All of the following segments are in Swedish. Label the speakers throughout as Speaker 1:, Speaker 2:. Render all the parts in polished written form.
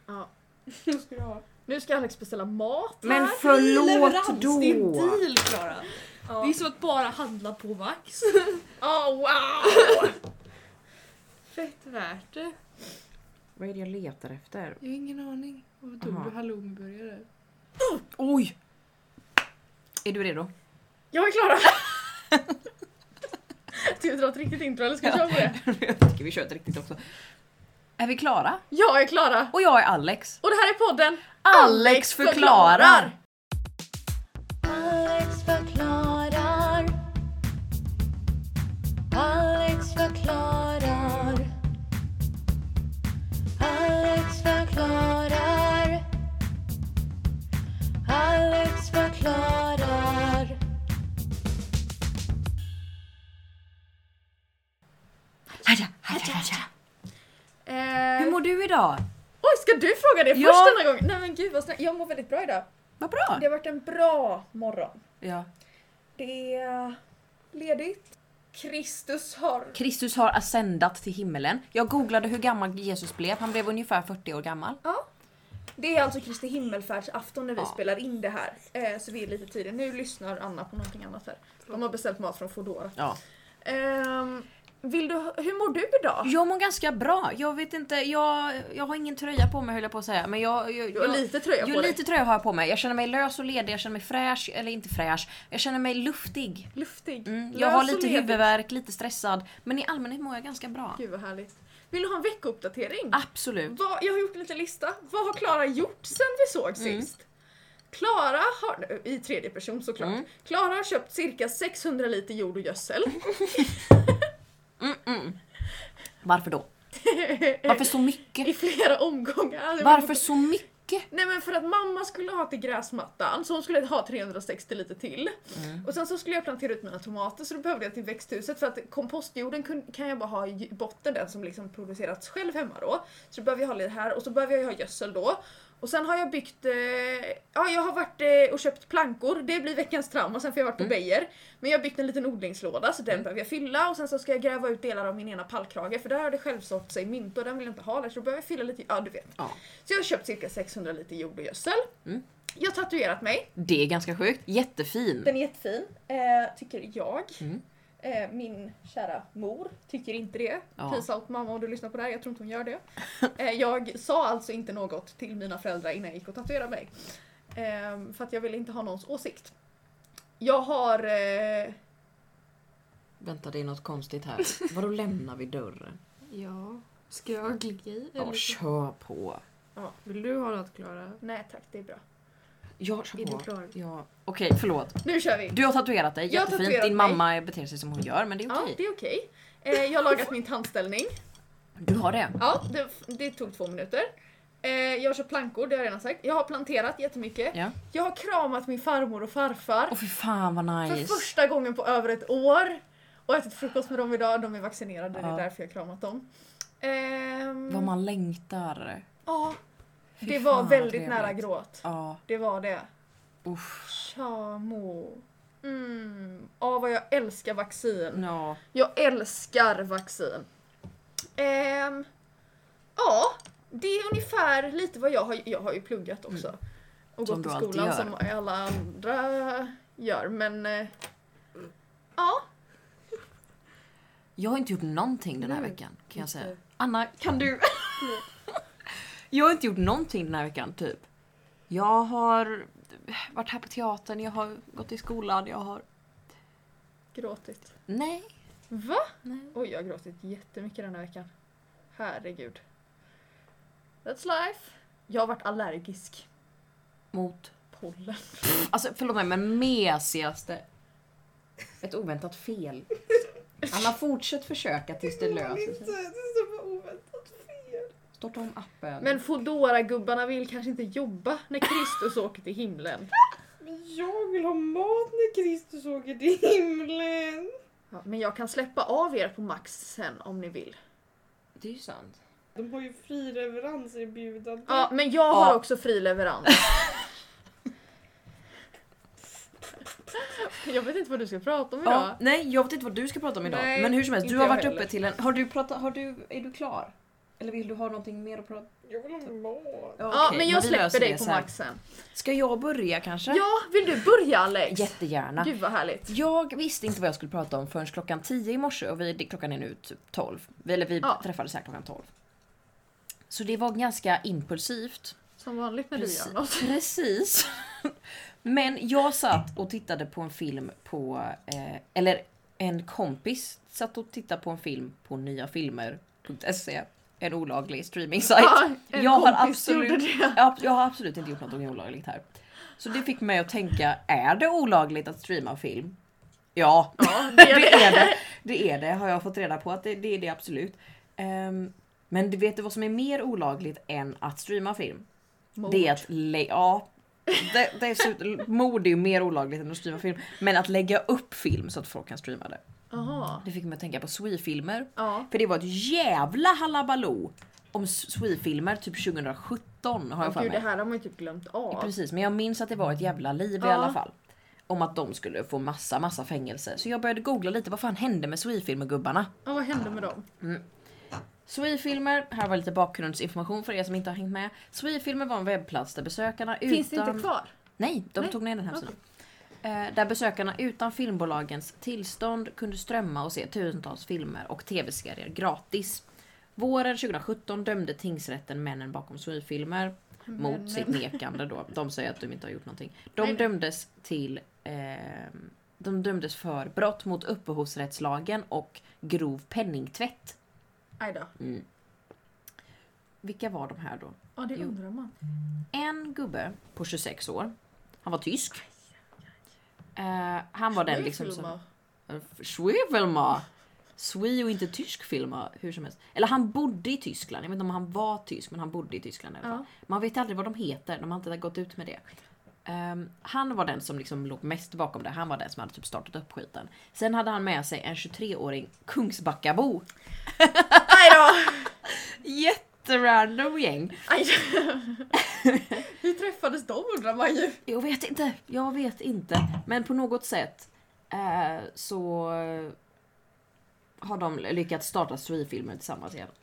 Speaker 1: Ja.
Speaker 2: Vad ska du ha?
Speaker 1: Nu ska Alex beställa mat här.
Speaker 3: Men förlåt
Speaker 2: Leverans,
Speaker 3: då!
Speaker 2: det är en deal, Klara.
Speaker 1: Ja.
Speaker 2: Det är som att bara handla på Max.
Speaker 1: Oh, wow!
Speaker 2: Fett värt det.
Speaker 3: Vad är det jag letar efter?
Speaker 2: Jag har ingen aning. Vad tog
Speaker 3: Aha.
Speaker 2: du halloumiburgare?
Speaker 3: Oj! Är du redo?
Speaker 1: Jag är klara! Ska vi dra ett riktigt intro eller ska vi köra på det?
Speaker 3: Jag tycker vi kör ett riktigt också. Är vi klara?
Speaker 1: Jag är Klara.
Speaker 3: Och jag är Alex.
Speaker 1: Och det här är podden
Speaker 3: Alex förklarar!
Speaker 4: Alex förklarar. Alex förklarar. Alex förklarar. Alex förklarar.
Speaker 3: Hur mår du idag?
Speaker 1: Oj, ska du fråga det
Speaker 3: Ja.
Speaker 1: först denna gång? Nej men gud vad snällt. Jag mår väldigt bra idag.
Speaker 3: Vad bra.
Speaker 1: Det har varit en bra morgon.
Speaker 3: Ja.
Speaker 1: Det är ledigt.
Speaker 3: Kristus har ascendat till himmelen. Jag googlade hur gammal Jesus blev. Han blev ungefär 40 år gammal.
Speaker 1: Ja. Det är alltså Kristi himmelfärdsafton när vi
Speaker 3: Ja.
Speaker 1: spelar in det här. Så vi är lite tidigt. Nu lyssnar Anna på någonting annat här. De har beställt mat från Foodora.
Speaker 3: Ja.
Speaker 1: Hur mår du idag?
Speaker 3: Jag mår ganska bra. Jag vet inte, jag har ingen tröja på mig höll jag på att säga. Men
Speaker 1: Du har lite tröja på dig.
Speaker 3: lite tröja har jag på mig. Jag känner mig lös och ledig, jag känner mig fräsch, eller inte fräsch. Jag känner mig luftig.
Speaker 1: Luftig.
Speaker 3: Jag
Speaker 1: Lös
Speaker 3: har
Speaker 1: och
Speaker 3: lite
Speaker 1: ledig.
Speaker 3: huvudvärk, lite stressad. Men i allmänhet mår jag ganska bra.
Speaker 1: Gud vad härligt. Vill du ha en veckouppdatering?
Speaker 3: Absolut.
Speaker 1: Jag har gjort en liten lista. Vad har Klara gjort sen vi såg sist? Klara har, i tredje person såklart, Klara har köpt cirka 600 liter jord och gödsel.
Speaker 3: Varför då? Varför så mycket?
Speaker 1: I flera omgångar.
Speaker 3: Varför så mycket?
Speaker 1: Nej men för att mamma skulle ha till gräsmattan, så hon skulle ha 360 liter till. Och sen så skulle jag plantera ut mina tomater, så då behövde jag till växthuset, för att kompostjorden kan jag bara ha i botten, den som liksom producerats själv hemma då. Så då behöver jag ha lite här, och så behöver jag ha gödsel då. Och sen har jag byggt, jag har varit och köpt plankor, det blir veckans trauma, sen får jag varit på Beijer. Men jag har byggt en liten odlingslåda, så den behöver jag fylla, och sen så ska jag gräva ut delar av min ena pallkrage, för där har det självsått sig mynt och den vill jag inte ha där, så då behöver jag fylla lite, ja du vet.
Speaker 3: Ja.
Speaker 1: Så jag har köpt cirka 600 liter jord och gödsel. Jag har tatuerat mig.
Speaker 3: Det är ganska sjukt. Jättefin.
Speaker 1: Den är jättefin, tycker jag. Min kära mor tycker inte det.
Speaker 3: Ja.
Speaker 1: Peace out mamma om du lyssnar på det här, jag tror inte hon gör det. Jag sa alltså inte något till mina föräldrar innan jag gick och tatuerade mig. För att jag ville inte ha någons åsikt. Jag har...
Speaker 3: Vänta, det är något konstigt här. Vadå lämnar vi dörren?
Speaker 2: Ja. Ska jag klicka i?
Speaker 3: Ja,
Speaker 2: Eller?
Speaker 3: kör på.
Speaker 2: Vill du ha något, Klara?
Speaker 1: Nej tack, det är bra.
Speaker 3: Ja, kör
Speaker 2: Är
Speaker 3: på.
Speaker 2: du klar?
Speaker 3: Ja. Okej, förlåt.
Speaker 1: Nu kör vi!
Speaker 3: Du har tatuerat dig,
Speaker 1: Jag har
Speaker 3: jättefint.
Speaker 1: tatuerat
Speaker 3: Din
Speaker 1: mig.
Speaker 3: mamma beter sig som hon gör, men det är
Speaker 1: Ja,
Speaker 3: okej.
Speaker 1: det är okej. Jag har lagat min tandställning.
Speaker 3: Du har det?
Speaker 1: Ja, det tog 2 minuter. Jag har köpt plankor, det har jag redan sagt. Jag har planterat jättemycket.
Speaker 3: Ja.
Speaker 1: Jag har kramat min farmor och farfar.
Speaker 3: Åh fy fan vad
Speaker 1: För
Speaker 3: nice.
Speaker 1: första gången på över ett år. Och ätit frukost med dem idag. De är vaccinerade, det
Speaker 3: Ja.
Speaker 1: är därför jag har kramat dem.
Speaker 3: Vad man längtar.
Speaker 1: Ja,
Speaker 3: Fy
Speaker 1: det
Speaker 3: fan,
Speaker 1: var
Speaker 3: vad
Speaker 1: väldigt
Speaker 3: trevligt.
Speaker 1: nära gråt.
Speaker 3: Ja.
Speaker 1: Det var det.
Speaker 3: Uff.
Speaker 1: Chamo. Vad jag älskar vaccin.
Speaker 3: Ja.
Speaker 1: Jag älskar vaccin. Ja, det är ungefär lite vad jag har ju pluggat också. Och
Speaker 3: Som
Speaker 1: gått i
Speaker 3: du alltid
Speaker 1: skolan
Speaker 3: gör.
Speaker 1: som alla andra gör. Men ja.
Speaker 3: Jag har inte gjort någonting den här
Speaker 2: Nej,
Speaker 3: veckan, kan jag
Speaker 2: just
Speaker 3: säga.
Speaker 2: det.
Speaker 3: Anna, kan du? Jag har inte gjort någonting den här veckan, typ. Jag har varit här på teatern, jag har gått i skolan, jag har...
Speaker 1: Gråtit.
Speaker 3: Nej.
Speaker 1: Va?
Speaker 3: Nej.
Speaker 1: Oj, jag har gråtit jättemycket den här veckan. Herregud. That's life. Jag har varit allergisk.
Speaker 3: Mot...
Speaker 1: Pollen.
Speaker 3: Alltså, förlåt mig, men mesigaste... Ett oväntat fel. Anna, fortsätt försöka tills det löser sig.
Speaker 2: Det är så oväntat fel.
Speaker 3: Starta om appen.
Speaker 1: Men Foodora-gubbarna vill kanske inte jobba när Kristus åker till himlen.
Speaker 2: Men jag vill ha mat när Kristus åker till himlen.
Speaker 1: Ja, men jag kan släppa av er på Max sen om ni vill.
Speaker 3: Det är ju sant.
Speaker 2: De har ju fri leverans erbjudande.
Speaker 1: Ja, men jag har också fri leverans. Jag vet inte vad du ska prata om idag.
Speaker 3: Ja, nej, jag vet inte vad du ska prata om idag.
Speaker 1: Nej,
Speaker 3: men hur som helst,
Speaker 1: inte
Speaker 3: du har
Speaker 1: jag
Speaker 3: varit
Speaker 1: heller.
Speaker 3: uppe till en... Är du klar? Eller vill du ha någonting mer att prata?
Speaker 2: Jag vill ha mat.
Speaker 1: Ja,
Speaker 3: okej,
Speaker 1: men jag
Speaker 3: vi
Speaker 1: släpper
Speaker 3: löser
Speaker 1: dig
Speaker 3: det
Speaker 1: på
Speaker 3: sen.
Speaker 1: maxen.
Speaker 3: Ska jag börja kanske?
Speaker 1: Ja, vill du börja Alex?
Speaker 3: Jättegärna.
Speaker 1: Gud vad härligt.
Speaker 3: Jag visste inte vad jag skulle prata om förrän klockan 10 i morse och klockan är nu typ 12. Vi
Speaker 1: Ja.
Speaker 3: träffades här klockan 12. Så det var ganska impulsivt.
Speaker 1: Som vanligt när du gör något.
Speaker 3: Precis. Men jag satt och tittade på en film på... eller en kompis satt och tittade på en film på nyafilmer.se. En olaglig streaming-sajt.
Speaker 1: Ja, en
Speaker 3: jag har
Speaker 1: kompis gjorde
Speaker 3: absolut,
Speaker 1: det.
Speaker 3: jag har absolut inte gjort något olagligt här. Så det fick mig att tänka, är det olagligt att streama film? Ja,
Speaker 1: Ja, det är det.
Speaker 3: det är det, har jag fått reda på att det är det absolut. Men du vet vad som är mer olagligt än att streama film?
Speaker 1: Mord.
Speaker 3: Det är att mord är ju mer olagligt än att streama film. Men att lägga upp film så att folk kan streama det.
Speaker 1: Aha.
Speaker 3: Det fick mig att tänka på Swee-filmer.
Speaker 1: Ja.
Speaker 3: För det var ett jävla halabaloo om Swee-filmer typ 2017 har jag för
Speaker 1: Gud, det
Speaker 3: mig.
Speaker 1: här har man ju typ glömt av.
Speaker 3: Precis, men jag minns att det var ett jävla liv i
Speaker 1: Ja.
Speaker 3: alla fall. Om att de skulle få massa fängelse. Så jag började googla lite, vad fan hände med Swee-filmer-gubbarna?
Speaker 1: Ja, vad hände med dem?
Speaker 3: Swee-filmer, här var lite bakgrundsinformation för er som inte har hängt med. Swee-filmer var en webbplats där besökarna
Speaker 1: Finns det inte kvar?
Speaker 3: Nej, de
Speaker 1: Nej.
Speaker 3: tog ner den här sidan. Där besökarna utan filmbolagens tillstånd kunde strömma och se tusentals filmer och tv-serier gratis. Våren 2017 dömde tingsrätten männen bakom Swee-filmer mot sitt nekande då. De säger att de inte har gjort någonting. De dömdes för brott mot upphovsrättslagen och grov penningtvätt.
Speaker 1: Aj då.
Speaker 3: Vilka var de här då?
Speaker 1: Ja, det
Speaker 3: Jo.
Speaker 1: undrar man.
Speaker 3: En gubbe på 26 år. Han var tysk. Han var den liksom som... Swee-filmer. Swee och inte tysk filmer, hur som helst. Eller han bodde i Tyskland. Jag vet inte om han var tysk, men han bodde i Tyskland i alla fall.
Speaker 1: Ja.
Speaker 3: Man vet aldrig vad de heter, de har inte gått ut med det. Han var den som liksom låg mest bakom det. Han var den som hade typ startat upp skiten. Sen hade han med sig en 23-åring Kungsbackabo.
Speaker 1: Aj då!
Speaker 3: Jätterandom gäng.
Speaker 1: Aj då. Hur träffades de undrar man ju.
Speaker 3: Jag vet inte. Men på något sätt så har de lyckats starta Swee-filmer tillsammans igen.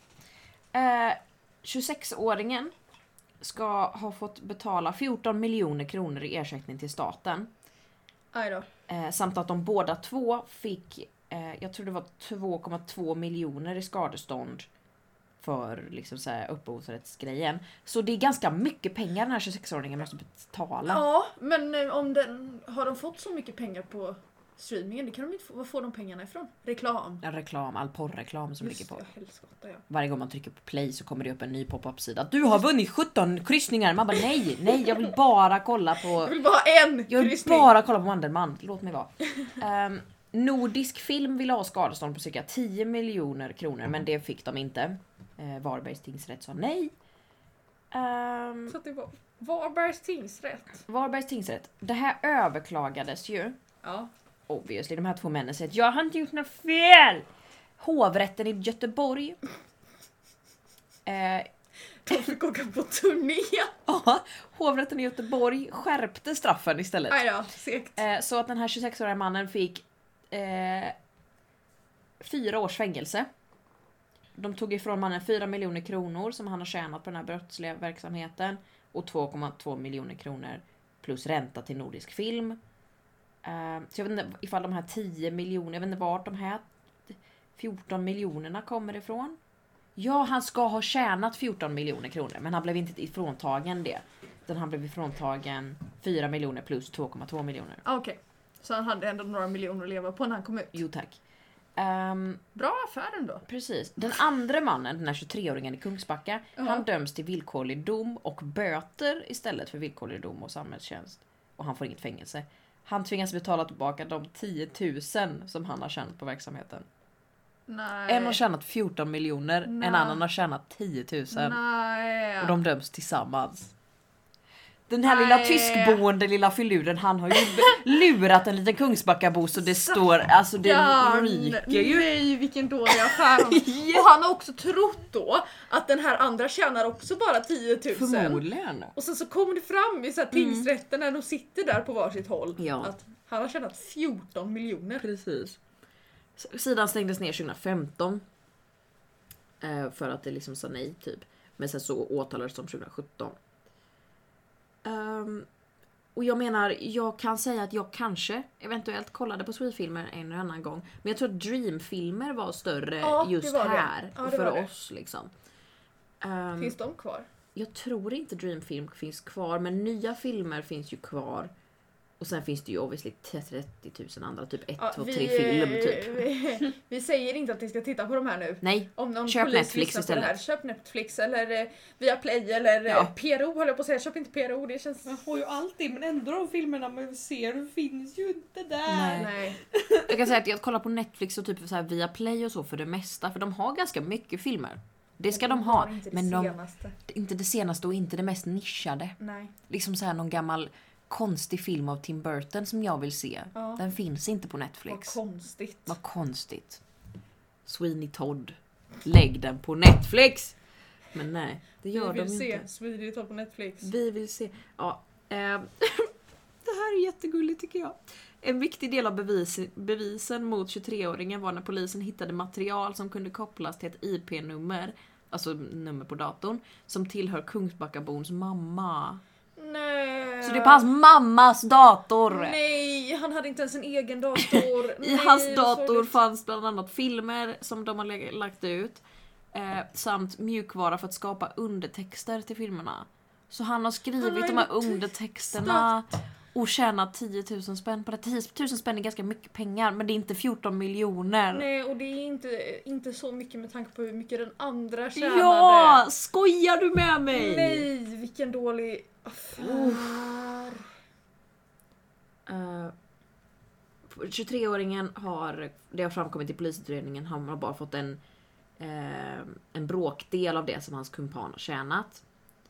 Speaker 3: 26-åringen ska ha fått betala 14 miljoner kronor i ersättning till staten.
Speaker 1: Aj då.
Speaker 3: Samt att de båda två fick, jag tror det var 2,2 miljoner i skadestånd för liksom så här upphovsrättsgrejen. Så det är ganska mycket pengar den här 26-åringen måste betala.
Speaker 1: Ja, men har de fått så mycket pengar på streamingen? Det kan de inte få. Var får de pengarna ifrån? Reklam.
Speaker 3: En reklam, all porrreklam som ligger på.
Speaker 1: Jag helskotta, ja.
Speaker 3: Varje gång man trycker på play så kommer det upp en ny pop-up-sida. Du har vunnit 17 kryssningar. Man bara nej, jag vill bara kolla på...
Speaker 1: Jag vill bara ha en
Speaker 3: Jag vill
Speaker 1: kryssning.
Speaker 3: bara kolla på Mandelmann. Låt mig vara. Nordisk film ville ha skadestånd på cirka 10 miljoner kronor. Men det fick de inte. Varbergs tingsrätt sa nej.
Speaker 1: Så att det var Varbergs tingsrätt.
Speaker 3: Varbergs tingsrätt. Det här överklagades ju.
Speaker 1: Ja.
Speaker 3: Obviously. De här två männen säger att jag har inte gjort något fel. Hovrätten i Göteborg.
Speaker 1: De fick åka på turné.
Speaker 3: Ja, hovrätten i Göteborg skärpte straffen istället.
Speaker 1: Aj då, segt.
Speaker 3: Så att den här 26-åriga mannen fick 4 års fängelse. De tog ifrån mannen 4 miljoner kronor som han har tjänat på den här brottsliga verksamheten. Och 2,2 miljoner kronor plus ränta till Nordisk film. Så jag vet inte ifall de här 10 miljoner, jag vet inte vart de här 14 miljonerna kommer ifrån. Ja, han ska ha tjänat 14 miljoner kronor, men han blev inte ifråntagen det. Utan han blev ifråntagen 4 miljoner plus 2,2 miljoner.
Speaker 1: Okej. Så han hade ändå några miljoner att leva på när han kom ut.
Speaker 3: Jo tack.
Speaker 1: Bra affär ändå.
Speaker 3: Precis. Den andra mannen, den här 23-åringen i Kungsbacka,
Speaker 1: Ja.
Speaker 3: han döms till villkorlig dom och böter istället för villkorlig dom och samhällstjänst. Och han får inget fängelse. Han tvingas betala tillbaka de 10 000 som han har tjänat på verksamheten.
Speaker 1: Nej.
Speaker 3: En har tjänat 14 miljoner,
Speaker 1: Nej.
Speaker 3: en annan har tjänat 10 000.
Speaker 1: Nej.
Speaker 3: Och de döms tillsammans. Den här lilla
Speaker 1: Nej.
Speaker 3: tyskboende lilla filuren, han har ju lurat en liten Kungsbackabo så det står, alltså det ryker ju.
Speaker 1: Nej, vilken dålig affär. Och han har också trott då att den här andra tjänar också bara 10 000.
Speaker 3: Förmodligen.
Speaker 1: Och sen så kommer det fram i så här tingsrätten när de sitter där på varsitt håll.
Speaker 3: Ja.
Speaker 1: Att han har tjänat 14 miljoner.
Speaker 3: Precis. Sidan stängdes ner 2015. För att det liksom sa nej typ. Men sen så åtalades de 2017. Och jag menar, jag kan säga att jag kanske eventuellt kollade på Swede-filmer en eller annan gång. Men jag tror att Dream-filmer var större just här för oss liksom.
Speaker 1: Finns de kvar?
Speaker 3: Jag tror inte Dream-film finns kvar, men nya filmer finns ju kvar. Och sen finns det ju obviously 30 000 andra, typ 1, 2, 3 film typ.
Speaker 1: Vi säger inte att ni ska titta på de här nu.
Speaker 3: Nej,
Speaker 1: om
Speaker 3: köp Netflix istället.
Speaker 1: Köp Netflix eller Viaplay eller PRO håller jag på att säga. Köp inte PRO, det känns...
Speaker 2: Man får ju alltid, men ändå de filmerna man ser finns ju inte där.
Speaker 1: Nej.
Speaker 3: Jag kan säga att jag kollar på Netflix och typ så här Viaplay och så för det mesta. För de har ganska mycket filmer. Det ska de ha. Men inte det senaste och inte det mest nischade.
Speaker 1: Nej.
Speaker 3: Liksom så här någon gammal konstig film av Tim Burton som jag vill se.
Speaker 1: Ja.
Speaker 3: Den finns inte på Netflix.
Speaker 1: Vad konstigt.
Speaker 3: Sweeney Todd. Lägg den på Netflix. Men nej, det gör de inte.
Speaker 1: Vi vill se Sweeney Todd på Netflix.
Speaker 3: Vi vill se. Ja. Det här är jättegulligt tycker jag. En viktig del av bevisen mot 23-åringen var när polisen hittade material som kunde kopplas till ett IP-nummer, alltså nummer på datorn, som tillhör Kungsbackabons mamma.
Speaker 1: Nej.
Speaker 3: Så det är på hans mammas dator.
Speaker 1: Nej, han hade inte ens en egen dator.
Speaker 3: I hans dator fanns bland annat filmer som de har lagt ut. Samt mjukvara för att skapa undertexter till filmerna. Så han har skrivit de här undertexterna och tjänat 10 000 spänn på det. 10 000 spänn är ganska mycket pengar, men det är inte 14 miljoner.
Speaker 1: Nej, och det är inte så mycket med tanke på hur mycket den andra tjänade.
Speaker 3: Ja, skojar du med mig?
Speaker 1: Nej, vilken dålig affär.
Speaker 3: 23-åringen det har framkommit i polisutredningen, han har bara fått en bråkdel av det som hans kumpan har tjänat.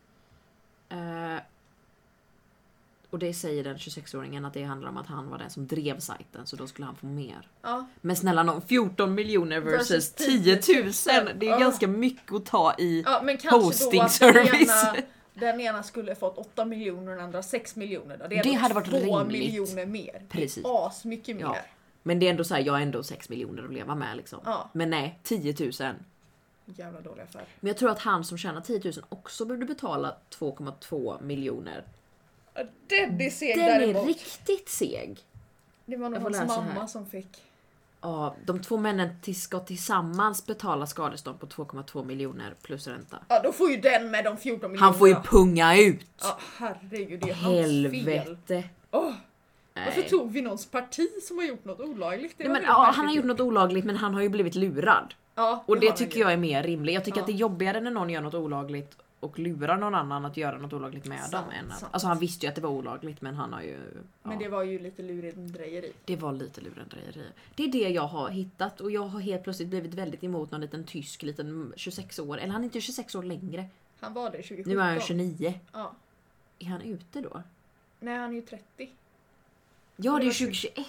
Speaker 3: Och det säger den 26-åringen att det handlar om att han var den som drev sajten, så då skulle han få mer.
Speaker 1: Ja.
Speaker 3: Men snälla någon, 14 miljoner versus 10 000, det är ganska mycket att ta i hosting service.
Speaker 1: Den ena skulle fått 8 miljoner och den andra 6 miljoner.
Speaker 3: Det hade varit
Speaker 1: 2
Speaker 3: rimligt.
Speaker 1: miljoner mer.
Speaker 3: Precis.
Speaker 1: As mycket mer.
Speaker 3: Ja. Men det är ändå så här, jag har ändå 6 miljoner att leva med liksom.
Speaker 1: Ja.
Speaker 3: Men nej, 10 000.
Speaker 1: Jävla dålig affär.
Speaker 3: Men jag tror att han som tjänar 10 000 också borde betala 2,2 miljoner.
Speaker 1: Den är seg
Speaker 3: Den
Speaker 1: däremot.
Speaker 3: är riktigt seg.
Speaker 1: Det var nog hans mamma som fick.
Speaker 3: Ja, de två männen ska tillsammans betala skadestånd på 2,2 miljoner plus ränta.
Speaker 1: Ja, då får ju den med de 14 miljonerna.
Speaker 3: Han får ju punga ut.
Speaker 1: Ja, herregud, det är
Speaker 3: Helvete.
Speaker 1: hans fel. Varför tog vi någons parti som har gjort något olagligt?
Speaker 3: Nej, men, han har gjort något olagligt, men han har ju blivit lurad.
Speaker 1: Ja,
Speaker 3: och det tycker jag är mer rimligt. Jag tycker att det är jobbigare när någon gör något olagligt och lurar någon annan att göra något olagligt med dem. Alltså han visste ju att det var olagligt, men han har ju...
Speaker 1: Men det var ju lite lurendrejeri.
Speaker 3: Det var lite lurendrejeri. Det är det jag har hittat, och jag har helt plötsligt blivit väldigt emot någon liten tysk, liten 26 år. Eller han är inte 26 år längre.
Speaker 1: Han var det 2017.
Speaker 3: Nu är han 29.
Speaker 1: Ja.
Speaker 3: Är han ute då?
Speaker 1: Nej, han är ju 30.
Speaker 3: Ja, det är 2021.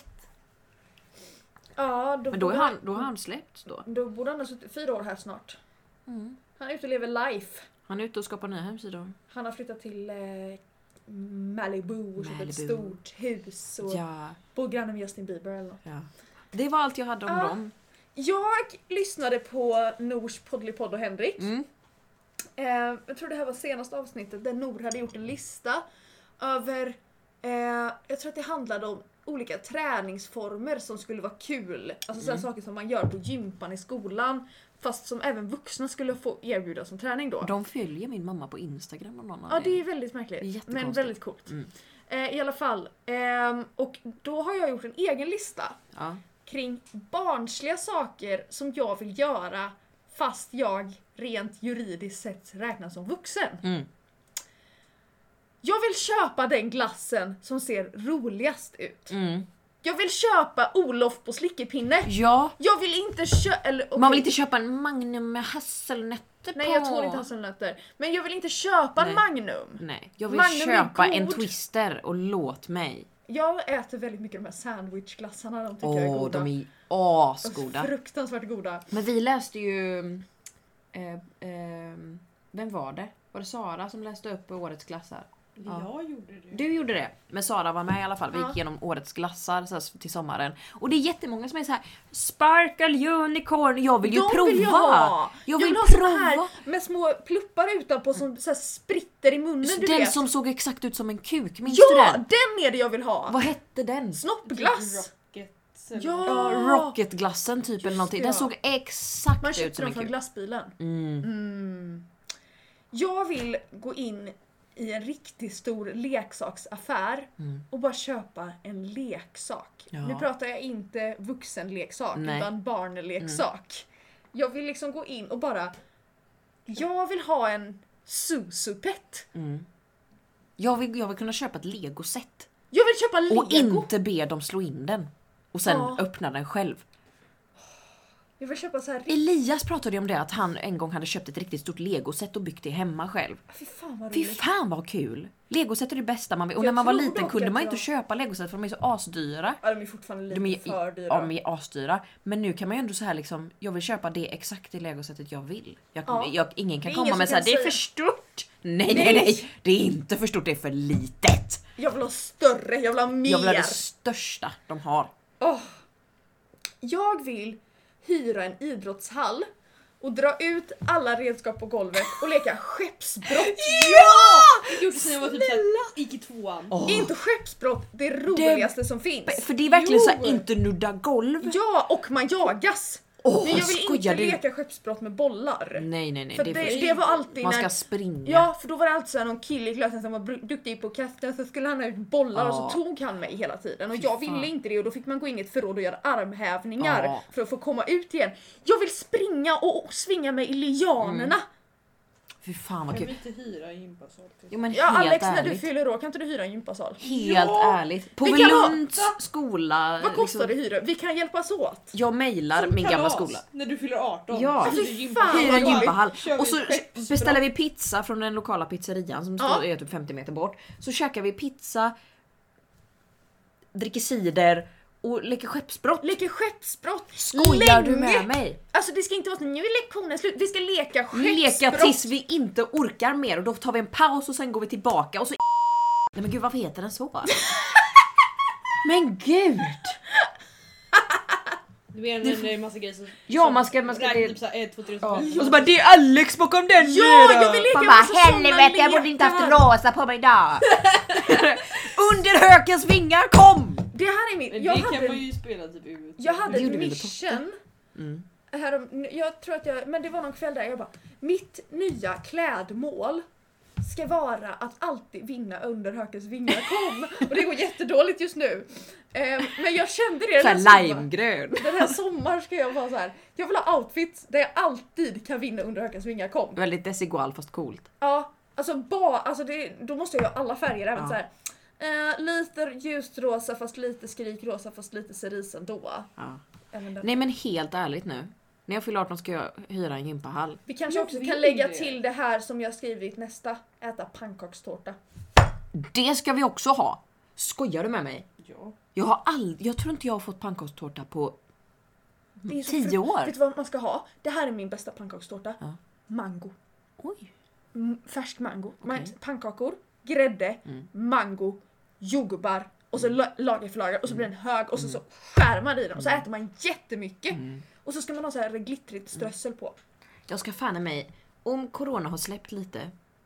Speaker 1: Ja,
Speaker 3: men då har han släppts då.
Speaker 1: Då borde han ha suttit 4 år här snart.
Speaker 3: Mm.
Speaker 1: Han är ute och lever life.
Speaker 3: Han är ute och skapar nya hemsidor.
Speaker 1: Han har flyttat till Malibu och köpt ett stort hus och bor granne med Justin Bieber eller något.
Speaker 3: Ja. Det var allt jag hade om dem.
Speaker 1: Jag lyssnade på Nors Poddelipodd och Henrik. Jag tror det här var senaste avsnittet där Nor hade gjort en lista över jag tror att det handlade om olika träningsformer som skulle vara kul. Alltså sådana saker som man gör på gympan i skolan. Fast som även vuxna skulle få erbjuda som träning då.
Speaker 3: De följer min mamma på Instagram och någon.
Speaker 1: Ja, det är väldigt märkligt. Men väldigt coolt. I alla fall. Och då har jag gjort en egen lista. Kring barnsliga saker som jag vill göra. Fast jag rent juridiskt sett räknas som vuxen. Jag vill köpa den glassen som ser roligast ut. Jag vill köpa Olof på slickepinne.
Speaker 3: Ja.
Speaker 1: Jag vill inte köpa...
Speaker 3: Man vill inte köpa en Magnum med hasselnötter på.
Speaker 1: Nej, jag tror inte hasselnötter. Men jag vill inte köpa en Magnum.
Speaker 3: Nej, jag vill
Speaker 1: Magnum
Speaker 3: köpa en Twister och låt mig.
Speaker 1: Jag äter väldigt mycket de här sandwichglassarna. De tycker jag är goda.
Speaker 3: De är asgoda.
Speaker 1: Fruktansvärt goda.
Speaker 3: Men vi läste ju... vem var det? Var det Sara som läste upp årets glassar?
Speaker 2: Jag gjorde det.
Speaker 3: Du gjorde det, men Sara var med i alla fall. Vi
Speaker 1: Ja.
Speaker 3: gick igenom årets glassar så här, till sommaren. Och det är jättemånga som är så här: Sparkle Unicorn, jag vill ju prova.
Speaker 1: Vill jag ha.
Speaker 3: Jag vill
Speaker 1: ha såna
Speaker 3: prova.
Speaker 1: här med små pluppar utanpå som så här spritter i munnen, du
Speaker 3: Den
Speaker 1: vet.
Speaker 3: som såg exakt ut som en kuk, minns
Speaker 1: Ja,
Speaker 3: du den?
Speaker 1: den är det jag vill ha.
Speaker 3: Vad hette den?
Speaker 1: Snoppglass.
Speaker 2: Rockets.
Speaker 1: Ja.
Speaker 3: Ja, Rocketglassen typ eller någonting.
Speaker 1: det,
Speaker 3: Den
Speaker 1: ja.
Speaker 3: såg exakt
Speaker 1: Man
Speaker 3: ut
Speaker 1: köpte
Speaker 3: som
Speaker 1: dem
Speaker 3: en
Speaker 1: från
Speaker 3: kuk.
Speaker 1: glassbilen.
Speaker 3: Mm.
Speaker 1: Jag vill gå in i en riktigt stor leksaksaffär och bara köpa en leksak.
Speaker 3: Ja.
Speaker 1: Nu pratar jag inte vuxenleksak
Speaker 3: Nej.
Speaker 1: utan barnleksak. Jag vill liksom gå in och bara... Jag vill ha en Susupet.
Speaker 3: Jag vill kunna köpa ett Lego-set.
Speaker 1: Jag vill köpa Lego.
Speaker 3: Och inte be dem slå in den. Och sen
Speaker 1: Ja.
Speaker 3: öppna den själv.
Speaker 1: Jag vill köpa så här...
Speaker 3: Elias pratade ju om det, att han en gång hade köpt ett riktigt stort Lego-set och byggt det hemma själv.
Speaker 1: Fy fan vad
Speaker 3: Fy
Speaker 1: roligt.
Speaker 3: fan vad kul! Legoset är det bästa man vill. Och
Speaker 1: Jag
Speaker 3: när man var
Speaker 1: tror
Speaker 3: liten
Speaker 1: dock
Speaker 3: kunde
Speaker 1: att
Speaker 3: man
Speaker 1: jag-
Speaker 3: inte köpa Legoset för de är så asdyra.
Speaker 1: Ja, de är fortfarande
Speaker 3: De
Speaker 1: lite
Speaker 3: är,
Speaker 1: för dyra.
Speaker 3: ja, de är asdyra. Men nu kan man ju ändå så här liksom, jag vill köpa det exakt det Legosetet jag vill. Ingen kan
Speaker 1: Det är
Speaker 3: komma
Speaker 1: ingen
Speaker 3: med
Speaker 1: som
Speaker 3: så här,
Speaker 1: kan
Speaker 3: det är
Speaker 1: säga-
Speaker 3: för stort. Nej. Det är inte för stort, det är för litet.
Speaker 1: Jag vill ha större, jag vill ha mer.
Speaker 3: Jag vill ha det största de har.
Speaker 1: Jag vill hyra en idrottshall och dra ut alla redskap på golvet och leka skeppsbrott.
Speaker 2: Jag gjorde sen jag var typ såhär, gick i 2:an.
Speaker 1: Inte skeppsbrott, det roligaste som finns.
Speaker 3: För det är verkligen så här,
Speaker 1: Jo.
Speaker 3: inte nudda golv.
Speaker 1: Ja, och man jagas.
Speaker 3: Åh,
Speaker 1: Men jag vill
Speaker 3: skojar
Speaker 1: inte
Speaker 3: du?
Speaker 1: leka skeppsbrott med bollar.
Speaker 3: Nej.
Speaker 1: För
Speaker 3: Det är
Speaker 1: det var alltid
Speaker 3: man
Speaker 1: när...
Speaker 3: ska springa.
Speaker 1: Ja, för då var det alltid så här någon kille i klassen som var duktig på att kasta, så skulle han ha ut bollar och så tog han mig hela tiden. Och jag ville inte det och då fick man gå in i ett förråd och göra armhävningar
Speaker 3: Ja.
Speaker 1: för att få komma ut igen. Jag vill springa och svinga mig i lianerna.
Speaker 3: Fy fan vad
Speaker 2: Jag
Speaker 3: kul.
Speaker 2: vill inte hyra gympasal.
Speaker 3: Jo men
Speaker 1: Ja,
Speaker 3: helt
Speaker 1: Alex, när du
Speaker 3: ärligt.
Speaker 1: fyller år kan inte du hyra en gympasal?
Speaker 3: Helt ärligt. På
Speaker 1: Vi kan ha-
Speaker 3: Lunds skola.
Speaker 1: Vad kostar det hyra? Vi kan hjälpas åt.
Speaker 3: Jag mejlar
Speaker 2: Som
Speaker 3: min gamla
Speaker 2: kalas,
Speaker 3: skola.
Speaker 2: när du fyller 18.
Speaker 3: Ja.
Speaker 2: Så
Speaker 1: Fy
Speaker 2: hyr du
Speaker 1: fan,
Speaker 2: gympasal.
Speaker 3: Hyra
Speaker 1: vad
Speaker 3: en
Speaker 1: roligt.
Speaker 3: gympahall.
Speaker 2: Kör vi
Speaker 3: Och så
Speaker 2: skeppsbrott.
Speaker 3: beställer vi pizza från den lokala pizzerian som
Speaker 1: Ja.
Speaker 3: är typ 50 meter bort. Så käkar vi pizza, dricker cider och leker skeppsbrott.
Speaker 1: Leker skeppsbrott.
Speaker 3: Skojar du
Speaker 1: länge.
Speaker 3: med mig?
Speaker 1: Alltså det ska inte vara så, nu är lektionen slut. Vi ska leka skeppsbrott.
Speaker 3: Leka tills vi inte orkar mer och då tar vi en paus och sen går vi tillbaka och så... Nej men gud, varför heter den så? Men gud!
Speaker 2: Du menar en massa grejer som...
Speaker 3: Ja, man ska-
Speaker 2: räkna
Speaker 3: det-
Speaker 2: typ såhär 1, 2, 3
Speaker 3: Ja.
Speaker 2: och
Speaker 3: Och så bara, det är Alex bakom den!
Speaker 1: Ja, jag vill leka
Speaker 3: Man
Speaker 1: med
Speaker 3: bara,
Speaker 1: såna
Speaker 3: helvete jag borde inte haft
Speaker 1: lekar."
Speaker 3: rosa på mig idag! Under hökens vingar, kom!
Speaker 1: Det här är min...
Speaker 2: Men
Speaker 1: Jag
Speaker 2: det kan
Speaker 1: hade,
Speaker 2: man ju spela typ ut.
Speaker 1: jag hade
Speaker 3: Det
Speaker 1: ett
Speaker 3: gjorde vi med
Speaker 1: mission.
Speaker 3: Mm.
Speaker 1: Jag tror att men det var någon kväll där jag bara, mitt nya klädmål ska vara att alltid vinna under hökens vingar kom. Och det går jättedåligt just nu. Men jag kände det den här
Speaker 3: Såhär
Speaker 1: sommaren.
Speaker 3: limegrön.
Speaker 1: Den här sommaren ska jag vara så här. Jag vill ha outfits där jag alltid kan vinna under hökens vingar kom.
Speaker 3: Väldigt desigual fast coolt.
Speaker 1: Ja, alltså då måste jag ha alla färger även
Speaker 3: Ja.
Speaker 1: så här. Lite ljust rosa fast lite skrikrosa fast lite cerise ändå.
Speaker 3: Ja.
Speaker 1: Även där.
Speaker 3: Nej men helt ärligt nu. När jag fyller 18 ska jag hyra en gympahall.
Speaker 1: Vi kanske
Speaker 2: Jag
Speaker 1: också
Speaker 2: vill
Speaker 1: kan lägga
Speaker 2: det.
Speaker 1: till det här som jag skrivit nästa. Äta pannkakstårta.
Speaker 3: Det ska vi också ha. Skojar du med mig?
Speaker 2: Ja.
Speaker 3: Jag tror inte jag har fått pannkakstårta på
Speaker 1: Det är så
Speaker 3: 10 år.
Speaker 1: Vet du vad man ska ha? Det här är min bästa pannkakstårta.
Speaker 3: Ja.
Speaker 1: Mango.
Speaker 3: Oj.
Speaker 1: Färsk mango.
Speaker 3: Okej.
Speaker 1: Pannkakor, grädde, mango, jordgubbar och så lager för lager och så blir den hög och så skär man i den och så äter man jättemycket. Och så ska man ha så här glittrigt strössel på.
Speaker 3: Jag ska fan i mig, om corona har släppt lite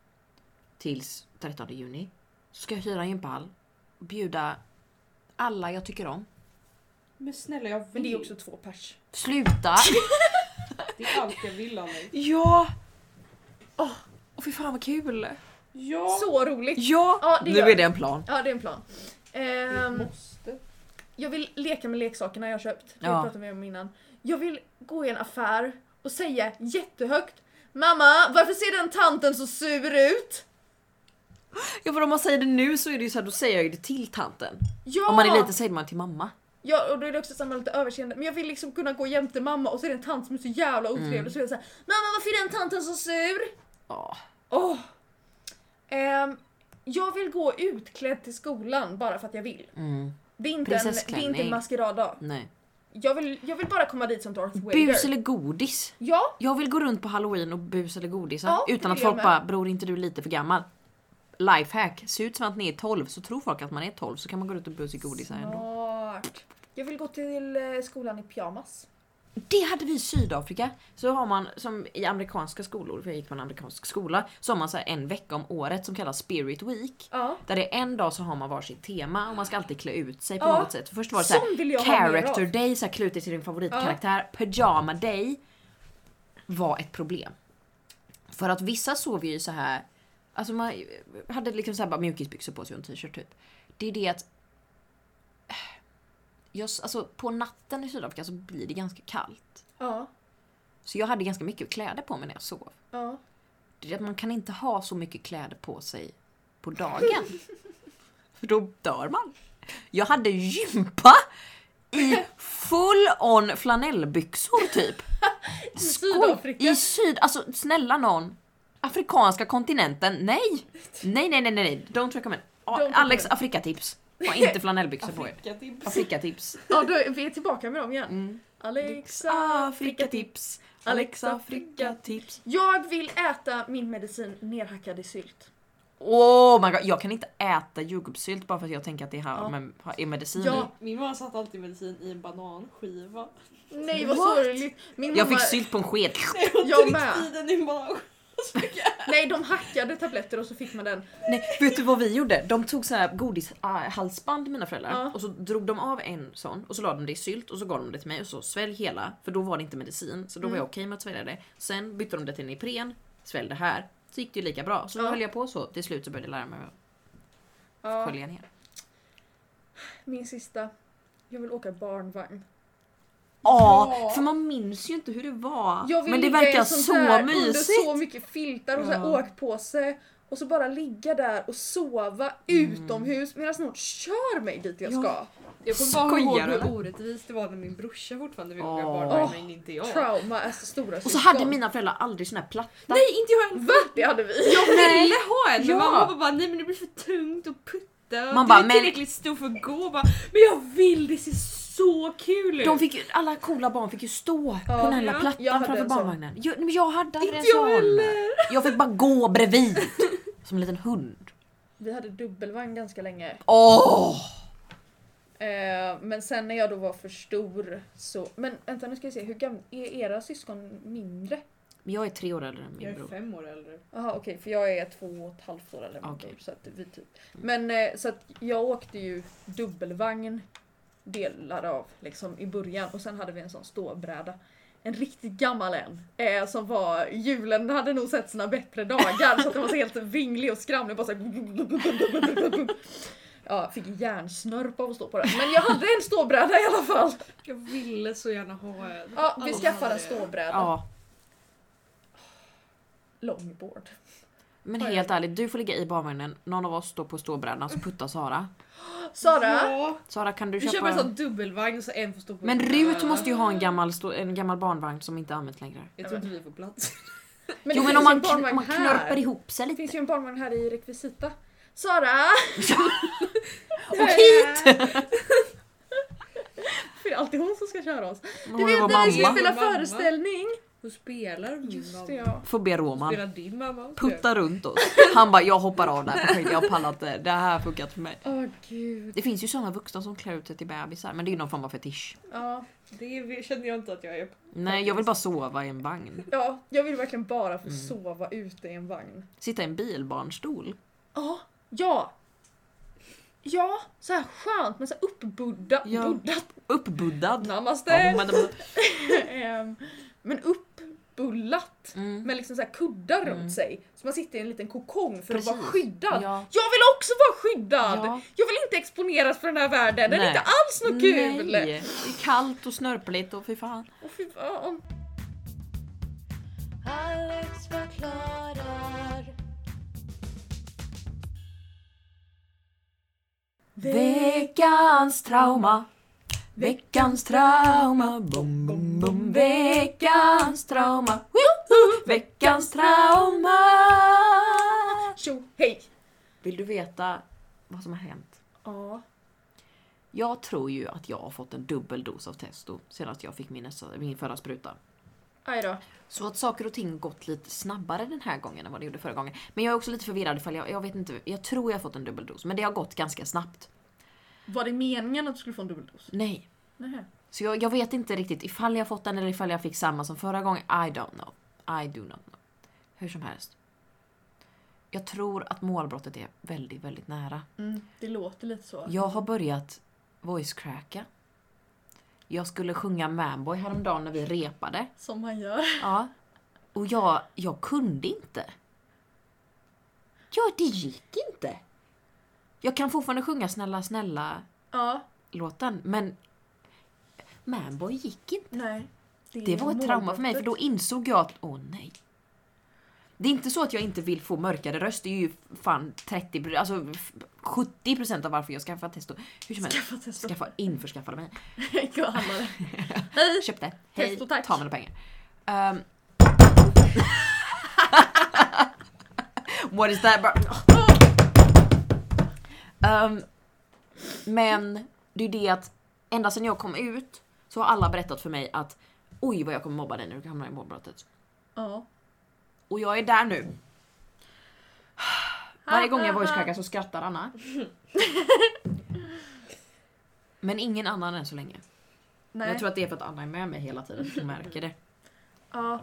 Speaker 3: tills 13 juni så ska jag hyra en gympahall och bjuda alla jag tycker om.
Speaker 2: Men snälla jag vill.
Speaker 1: Men det är också 2 pers.
Speaker 3: Sluta!
Speaker 2: Det är allt jag vill av mig.
Speaker 3: Ja! Åh, fy fan vad kul!
Speaker 2: Ja.
Speaker 1: Så roligt!
Speaker 3: Ja!
Speaker 1: Ja, det
Speaker 3: Nu
Speaker 1: gör-
Speaker 3: är det en plan.
Speaker 1: Ja, det är en plan.
Speaker 2: Det måste.
Speaker 1: Jag vill leka med leksakerna jag har köpt. Det
Speaker 3: Ja.
Speaker 1: pratade vi om innan. Jag vill gå i en affär och säga jättehögt: Mamma, varför ser den tanten så sur ut?
Speaker 3: Ja, för om man säger det nu så är det ju så här, då säger jag ju det till tanten.
Speaker 1: Ja!
Speaker 3: Om man är liten säger man till mamma.
Speaker 1: Ja, och då är det också samma lite överseende. Men jag vill liksom kunna gå jämte mamma och så är det en tant som är så jävla otrevlig. Så är det såhär: Mamma, varför är den tanten så sur?
Speaker 3: Ja.
Speaker 1: Åh! Jag vill gå utklädd till skolan bara för att jag vill.
Speaker 3: Mm.
Speaker 1: Det är inte en
Speaker 3: Prinsessklänning.
Speaker 1: maskeraddag.
Speaker 3: Nej.
Speaker 1: Jag vill bara komma dit som Darth Vader.
Speaker 3: Bus eller godis?
Speaker 1: Ja,
Speaker 3: Jag vill gå runt på Halloween och bus eller godisa
Speaker 1: Ja, det
Speaker 3: utan att
Speaker 1: vill jag
Speaker 3: folk
Speaker 1: med.
Speaker 3: bara, bror inte du lite för gammal? lifehack. Se ut som att ni är 12 så tror folk att man är 12 så kan man gå ut och bussa godisar ändå.
Speaker 1: Smart. Jag vill gå till skolan i pyjamas.
Speaker 3: Det hade vi i Sydafrika. Så har man som i amerikanska skolor, för jag gick på en amerikansk skola, så har man så här en vecka om året som kallas Spirit Week.
Speaker 1: Ja.
Speaker 3: Där det är en dag så har man varsitt tema och man ska alltid klä ut sig på
Speaker 1: Ja.
Speaker 3: något sätt. Först var det så
Speaker 1: Sån vill jag
Speaker 3: här,
Speaker 1: ha mer
Speaker 3: character
Speaker 1: av.
Speaker 3: day, så här, klä ut dig till din favoritkaraktär. Pyjama day var ett problem. För att vissa sov ju så här, alltså man hade liksom så här bara mjukisbyxor på sig och en t-shirt typ. Det är det att alltså på natten i Sydafrika så blir det ganska kallt.
Speaker 1: Ja.
Speaker 3: Så jag hade ganska mycket kläder på mig när jag sov.
Speaker 1: Ja.
Speaker 3: Det är att man kan inte ha så mycket kläder på sig på dagen. För då dör man. Jag hade gympa i full on flanellbyxor typ.
Speaker 1: I Sydafrika.
Speaker 3: I alltså snälla någon. Afrikanska kontinenten, nej. Nej. Don't recommend. Alex Afrikatips. Ha inte flanellbyxor på er. Afrikatips.
Speaker 1: Ja, då är vi tillbaka med dem igen.
Speaker 3: Alex
Speaker 1: Afrikatips.
Speaker 3: Alex Afrikatips.
Speaker 1: Jag vill äta min medicin nerhackad i sylt.
Speaker 3: Oh my god, jag kan inte äta jordgubbssylt bara för att jag tänker att det här
Speaker 1: Ja.
Speaker 3: är medicin
Speaker 1: Ja.
Speaker 3: i.
Speaker 2: Min mamma satt alltid medicin i en bananskiva.
Speaker 1: Nej, vad
Speaker 3: What?
Speaker 1: sorgligt. Min
Speaker 3: Jag
Speaker 1: mamma...
Speaker 3: fick sylt på en sked.
Speaker 1: Jag med.
Speaker 2: Tryckte i den i en bananskiva.
Speaker 1: Nej, de hackade tabletter och så fick man den.
Speaker 3: Nej, vet du vad vi gjorde? De tog så här godishalsband mina föräldrar
Speaker 1: Ja.
Speaker 3: och så drog de av en sån och så la de det i sylt och så gav de det till mig och så svälj hela, för då var det inte medicin så då var jag okej med att svälja det. Sen bytte de det till en Ipren, svälj det här. Så gick det ju lika bra. Så
Speaker 1: Ja.
Speaker 3: höll jag på så. Till slut så började jag lära mig att
Speaker 1: Ja,
Speaker 3: skölja ner.
Speaker 1: min sista. Jag vill åka barnvagn.
Speaker 3: Ja, för man minns ju inte hur det var.
Speaker 1: Jag vill
Speaker 3: Men det
Speaker 1: ligga i
Speaker 3: verkar
Speaker 1: en sån
Speaker 3: så
Speaker 1: där
Speaker 3: mysigt.
Speaker 1: under så mycket filtar och så här
Speaker 3: Ja.
Speaker 1: åkpåse. Och så bara ligga där och sova utomhus medan någon kör mig dit jag ska.
Speaker 2: Jag kommer bara ihåg
Speaker 3: Skojar du,
Speaker 2: hur
Speaker 3: eller?
Speaker 2: orättvist det var när min brorsa fortfarande ville
Speaker 3: Åh.
Speaker 2: åka barnvagn men inte jag.
Speaker 1: Trauma är så stora
Speaker 3: Och så
Speaker 1: syskon.
Speaker 3: hade mina föräldrar aldrig sån här platta.
Speaker 2: Nej, inte jag heller.
Speaker 1: Va? Det hade vi.
Speaker 2: Jag ville ha en men
Speaker 3: Ja.
Speaker 2: mamma var bara nej men det blir för tungt att putta.
Speaker 3: Man
Speaker 2: Du
Speaker 3: bara,
Speaker 2: är
Speaker 3: men-
Speaker 2: tillräckligt stor för att gå. Bara, men jag vill, det ser så kul ut.
Speaker 3: De fick ju, alla coola barn fick ju stå
Speaker 1: Ja,
Speaker 3: på den här lilla
Speaker 1: jag
Speaker 3: plattan
Speaker 1: hade
Speaker 3: framför
Speaker 1: en sån.
Speaker 3: barnvagnen. Men jag hade aldrig en
Speaker 2: Inte jag
Speaker 3: sån.
Speaker 2: heller.
Speaker 3: Jag fick bara gå bredvid. Som en liten hund.
Speaker 1: Vi hade dubbelvagn ganska länge.
Speaker 3: Åh!
Speaker 1: Men sen när jag då var för stor så... Men vänta, nu ska vi se. Hur gamla är era syskon mindre?
Speaker 3: Men jag är 3 år äldre än
Speaker 2: Jag
Speaker 3: min
Speaker 2: är
Speaker 3: bror.
Speaker 2: 5 år äldre.
Speaker 1: Jaha, okej, för jag är 2,5 år äldre än min
Speaker 3: Okej.
Speaker 1: bror, så att vi typ. Men så att jag åkte ju dubbelvagn delar av liksom i början och sen hade vi en sån ståbräda. En riktigt gammal en. Som var, julen hade nog sett sina bättre dagar så att den var så helt vinglig och skramlig. Bara så här, ja, fick hjärnsnörp av att stå på den. Men jag hade en ståbräda i alla fall.
Speaker 2: Jag ville så gärna ha en.
Speaker 1: Ja, vi
Speaker 2: Alla
Speaker 1: skaffade
Speaker 2: hade
Speaker 1: en
Speaker 2: det.
Speaker 1: ståbräda.
Speaker 3: Ja,
Speaker 1: Longboard.
Speaker 3: men helt ärligt, du får ligga i barnvagnen. Någon av oss står på ståbrädan så puttar Sara.
Speaker 1: Sara?
Speaker 2: Ja,
Speaker 3: Sara, kan du
Speaker 2: vi köper en
Speaker 3: köpa...
Speaker 2: sån dubbelvagn så en får stå på.
Speaker 3: Men Rut måste ju ha en gammal barnvagn som inte används längre.
Speaker 2: Jag tror inte vi får plats.
Speaker 1: Men
Speaker 3: Jo,
Speaker 1: det
Speaker 3: men
Speaker 1: finns
Speaker 3: om
Speaker 1: ju
Speaker 3: man,
Speaker 1: en barnvagn
Speaker 3: om man
Speaker 1: här.
Speaker 3: knörper ihop sig
Speaker 1: Det
Speaker 3: lite.
Speaker 1: finns ju en barnvagn här i rekvisita. Sara!
Speaker 3: Och hit!
Speaker 1: Det är alltid hon som ska köra oss.
Speaker 3: Hon
Speaker 1: Du
Speaker 3: är
Speaker 1: vet
Speaker 3: vår
Speaker 1: när vi ska
Speaker 3: mamma.
Speaker 1: spela
Speaker 2: Mamma.
Speaker 1: föreställning.
Speaker 2: Hon spelar min
Speaker 1: Just
Speaker 2: mamma.
Speaker 1: det, ja.
Speaker 3: Får be Roman
Speaker 2: Spelar din mamma.
Speaker 3: putta runt oss. Han bara, jag hoppar av där projektet, jag har pallat det. Det här funkar inte för mig.
Speaker 1: Åh gud.
Speaker 3: Det finns ju såna vuxna som klär ut sig till bebisar, men det är ju någon form av fetisch.
Speaker 1: Ja.
Speaker 2: Det känner jag inte att jag är.
Speaker 3: Nej, jag vill bara sova i en vagn.
Speaker 1: Ja, jag vill verkligen bara få sova ute i en vagn.
Speaker 3: Sitta i en bilbarnstol.
Speaker 1: Ja. Ja. Ja, så här skönt men så här uppbuddat.
Speaker 3: Ja.
Speaker 1: Buddat.
Speaker 3: Uppbuddad.
Speaker 1: Namaste.
Speaker 3: Ja,
Speaker 1: Men uppbullat.
Speaker 3: Mm.
Speaker 1: Med liksom så här kuddar runt sig. Så man sitter i en liten kokong för att vara
Speaker 3: Precis.
Speaker 1: skyddad.
Speaker 3: Ja.
Speaker 1: Jag vill också vara skyddad!
Speaker 3: Ja.
Speaker 1: Jag vill inte exponeras för den här världen. Den är
Speaker 3: Nej.
Speaker 1: inte alls något kul!
Speaker 3: Nej, det är kallt och snörpligt och fy fan.
Speaker 1: Åh, fy fan.
Speaker 4: Alex förklarar.
Speaker 3: Veckans trauma. Veckans trauma. Bom, bom, bom. Veckans trauma. Woho! Veckans trauma.
Speaker 1: Tjo, hej!
Speaker 3: Vill du veta vad som har hänt?
Speaker 1: Ja.
Speaker 3: Jag tror ju att jag har fått en dubbel dos av testo senast jag fick min förra spruta.
Speaker 1: Aj då.
Speaker 3: Så att saker och ting gått lite snabbare den här gången än vad det gjorde förra gången. Men jag är också lite förvirrad ifall jag vet inte, jag tror jag har fått en dubbeldos. Men det har gått ganska snabbt.
Speaker 1: Var det meningen att du skulle få en dubbeldos?
Speaker 3: Nej.
Speaker 1: Nähä.
Speaker 3: Så jag vet inte riktigt ifall jag fått den eller ifall jag fick samma som förra gången. I do not know. Hur som helst. Jag tror att målbrottet är väldigt, väldigt nära.
Speaker 1: Det låter lite så.
Speaker 3: Jag har börjat voice-cracka. Jag skulle sjunga Manboy häromdagen när vi repade.
Speaker 1: Som man gör.
Speaker 3: Ja. Och jag kunde inte. Ja, det gick inte. Jag kan fortfarande sjunga Snälla, snälla
Speaker 1: Ja.
Speaker 3: låten. Men Manboy gick inte.
Speaker 1: Nej.
Speaker 3: Det var ett trauma för mig. För då insåg jag att, nej. Det är inte så att jag inte vill få mörkare röst. Det är ju fan 70% av varför jag skaffar testo. Hur som helst. Införskaffade mig.
Speaker 1: Jag handlade.
Speaker 3: Köpte. Hej,
Speaker 1: Testo, tack.
Speaker 3: ta mina pengar. What is that? Men det är det att ända sedan jag kom ut så har alla berättat för mig att oj vad jag kommer mobba dig när du hamnar i målbrottet.
Speaker 1: Ja.
Speaker 3: Och jag är där nu. Varje gång jag voice-crackar så skrattar Anna. Men ingen annan än så länge.
Speaker 1: Nej.
Speaker 3: Jag tror att det är för att Anna är med mig hela tiden. Hon märker det.
Speaker 1: Ja.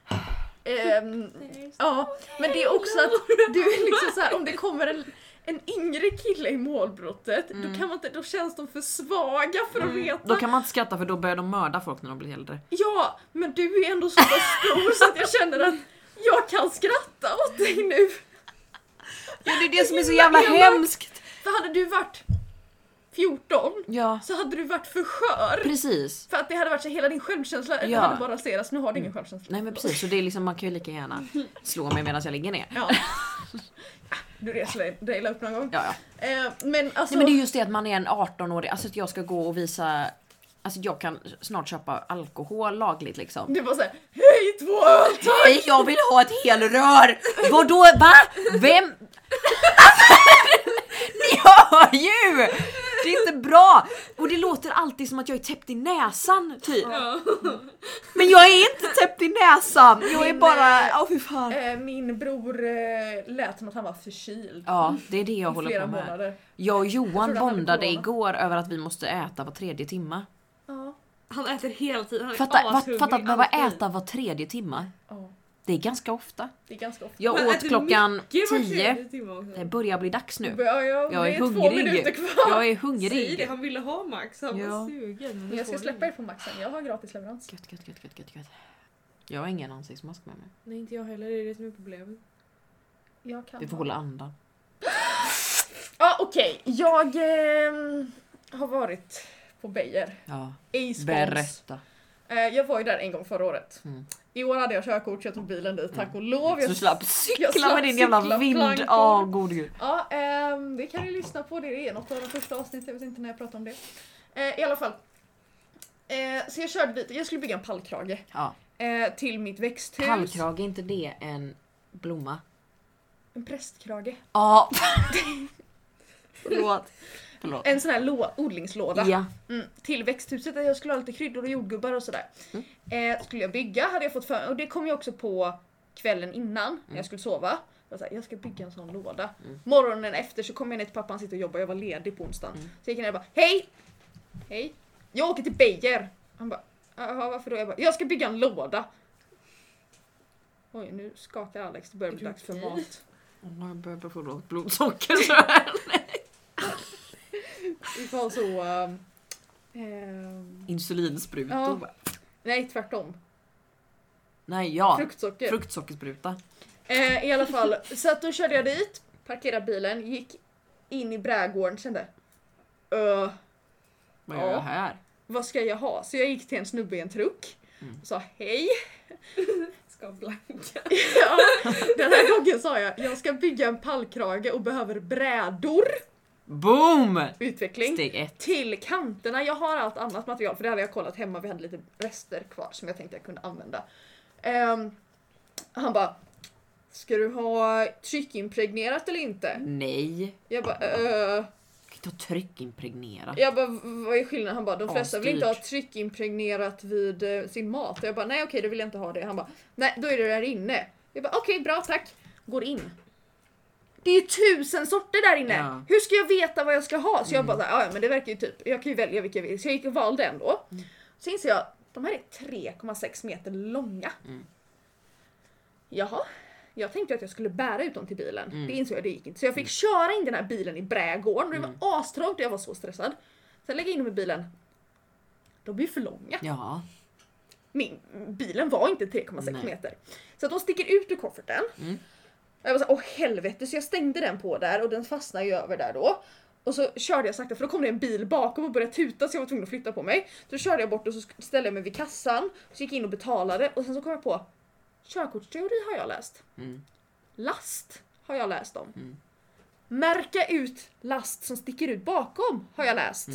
Speaker 1: Ja, men det är också att du är liksom så här, om det kommer en yngre kille i målbrottet, då kan man inte, då känns de för svaga för att veta.
Speaker 3: Då kan man inte skratta för då börjar de mörda folk när de blir äldre.
Speaker 1: Ja, men du är ändå så pass stor så att jag känner att jag kan skratta åt dig nu.
Speaker 3: Ja, det är det som är så jävla hemskt.
Speaker 1: För hade du varit 14
Speaker 3: Ja,
Speaker 1: så hade du varit för skör.
Speaker 3: precis.
Speaker 1: För att det hade varit så hela din självkänsla
Speaker 3: Ja.
Speaker 1: hade bara raserats. Nu har du ingen självkänsla.
Speaker 3: Nej men precis, så det är liksom, man kan ju lika gärna slå mig medan jag ligger ner.
Speaker 1: Ja. Du reser dig upp någon gång.
Speaker 3: Ja.
Speaker 1: Men alltså...
Speaker 3: Nej, men det är just det att man är en 18-årig, alltså att jag ska gå och visa, alltså jag kan snart köpa alkohol lagligt liksom.
Speaker 1: Du bara såhär, hej 2 öl tack!
Speaker 3: Nej, jag vill ha ett helrör! Vadå, va? Vem? Ni hör ju! Det är inte bra! Och det låter alltid som att jag är täppt i näsan, typ.
Speaker 2: Ja.
Speaker 3: Men jag är inte täppt i näsan! Jag är bara, fy fan.
Speaker 1: Min bror lät som att han var förkyld.
Speaker 3: Ja, det är det jag
Speaker 1: I
Speaker 3: håller
Speaker 1: flera
Speaker 3: på med.
Speaker 1: månader.
Speaker 3: Jag och
Speaker 1: Jag
Speaker 3: Johan
Speaker 1: trodde han hade
Speaker 3: bondade
Speaker 1: corona.
Speaker 3: igår över att vi måste äta var 3:e timma.
Speaker 1: Ja.
Speaker 2: Han äter hela tiden. Han är
Speaker 3: Fatta
Speaker 2: ashungrig
Speaker 3: att behöva
Speaker 2: alltid.
Speaker 3: äta var 3:e timma.
Speaker 1: Ja.
Speaker 3: Det är ganska ofta.
Speaker 1: Det är ganska ofta.
Speaker 3: Jag
Speaker 2: Han
Speaker 3: åt
Speaker 2: äter
Speaker 3: klockan
Speaker 2: mycket var
Speaker 3: 10.
Speaker 2: tredje timme också.
Speaker 3: Det börjar bli dags nu.
Speaker 1: Jag
Speaker 3: Jag är
Speaker 1: det är 2 minuter
Speaker 3: hungrig.
Speaker 1: kvar.
Speaker 3: Jag är
Speaker 2: Säg det,
Speaker 3: hungrig.
Speaker 2: han ville ha Max. Han
Speaker 3: Ja.
Speaker 2: var sugen. Men
Speaker 1: Men jag ska
Speaker 2: får
Speaker 1: släppa er
Speaker 2: inte.
Speaker 1: på Maxen. Jag har gratis leverans.
Speaker 3: Gött. Jag har ingen ansiktsmask med mig.
Speaker 2: Nej, inte jag heller. Det är det som är problemet.
Speaker 1: Jag kan.
Speaker 3: Vi får hålla andan.
Speaker 1: Ja, okej. Jag har varit på Beijer.
Speaker 3: Ja.
Speaker 1: A-spons.
Speaker 3: Berätta.
Speaker 1: Jag var ju där en gång förra året.
Speaker 3: Mm.
Speaker 1: I år hade jag körkort så jag tog bilen dit, tack och lov.
Speaker 3: Så du slapp
Speaker 1: jag
Speaker 3: cykla
Speaker 1: slapp
Speaker 3: med din jävla
Speaker 1: cykla
Speaker 3: vind.
Speaker 1: plankor.
Speaker 3: Åh, god gud.
Speaker 1: Ja, det kan ni lyssna på. Det är något av de första avsnitten, jag vet inte när jag pratar om det. I alla fall. Så jag körde dit, jag skulle bygga en pallkrage
Speaker 3: Ja.
Speaker 1: till mitt växthus.
Speaker 3: Pallkrage, är inte det en blomma?
Speaker 1: En prästkrage.
Speaker 3: Ja. Förlåt.
Speaker 1: En sån här odlingslåda.
Speaker 3: Ja.
Speaker 1: Till växthuset där jag skulle ha lite kryddor och jordgubbar och sådär. Skulle jag bygga, hade jag fått för och det kom jag också på kvällen innan när jag skulle sova. Jag sa, jag ska bygga en sån låda. Morgonen efter så kom jag ner till pappa, han sitter och jobbar, jag var ledig på onsdagen. Så jag gick ner och bara, hej, jag åker till Beijer. Han bara, jaha varför då? Jag bara, jag ska bygga en låda. Oj, nu skakar Alex, det börjar bli dags för mat.
Speaker 3: Jag börjar få lågt blodsocker.
Speaker 1: Vi får så...
Speaker 3: Insulinsprutor.
Speaker 1: Ja. Nej, tvärtom.
Speaker 3: Nej, ja.
Speaker 1: Fruktsocker.
Speaker 3: Fruktsockerspruta.
Speaker 1: I alla fall, så att då körde jag dit, parkerade bilen, gick in i brädgården, kände
Speaker 3: Vad gör jag här?
Speaker 1: vad ska jag ha? Så jag gick till en snubbe i en truck och sa hej.
Speaker 2: Ska blanka.
Speaker 1: Ja, den här gången sa jag ska bygga en pallkrage och behöver brädor.
Speaker 3: Boom!
Speaker 1: Utveckling.
Speaker 3: Steg 1.
Speaker 1: Till kanterna, jag har allt annat material för det hade jag kollat hemma, vi hade lite rester kvar som jag tänkte jag kunde använda. Han bara, ska du ha tryckimpregnerat eller inte?
Speaker 3: Nej.
Speaker 1: Jag bara,
Speaker 3: Inte tryckimpregnerat.
Speaker 1: Jag bara, vad är skillnaden? Han bara, de flesta vill inte ha
Speaker 3: Avstyrt.
Speaker 1: tryckimpregnerat vid sin mat. Och jag bara, nej okej, då vill jag inte ha det. Han bara, nej då är det där inne. Jag bara, okej, bra tack. Går in. Det är ju 1000 sorter där inne.
Speaker 3: Ja.
Speaker 1: Hur ska jag veta vad jag ska ha? Så jag bara, ja men det verkar ju typ, jag kan ju välja vilka jag vill. Så jag gick och valde en då. Så inser jag, de här är 3,6 meter långa. Jaha. Jag tänkte att jag skulle bära ut dem till bilen. Det insåg jag, det gick inte. Så jag fick köra in den här bilen i brädgården. Och det var astrångt och jag var så stressad. Sen lägger jag in dem i bilen. De blir för långa.
Speaker 3: Ja.
Speaker 1: Bilen var inte 3,6 meter. Så att de sticker ut ur kofferten. Och jag var så åh helvete. Så jag stängde den på där och den fastnade ju över där då. Och så körde jag sakta för då kom det en bil bakom och började tuta så jag var tvungen att flytta på mig. Så körde jag bort och så ställde jag mig vid kassan. Så gick jag in och betalade och sen så kom jag på körkortsteori har jag läst. Last har jag läst om. Märka ut last som sticker ut bakom har jag läst.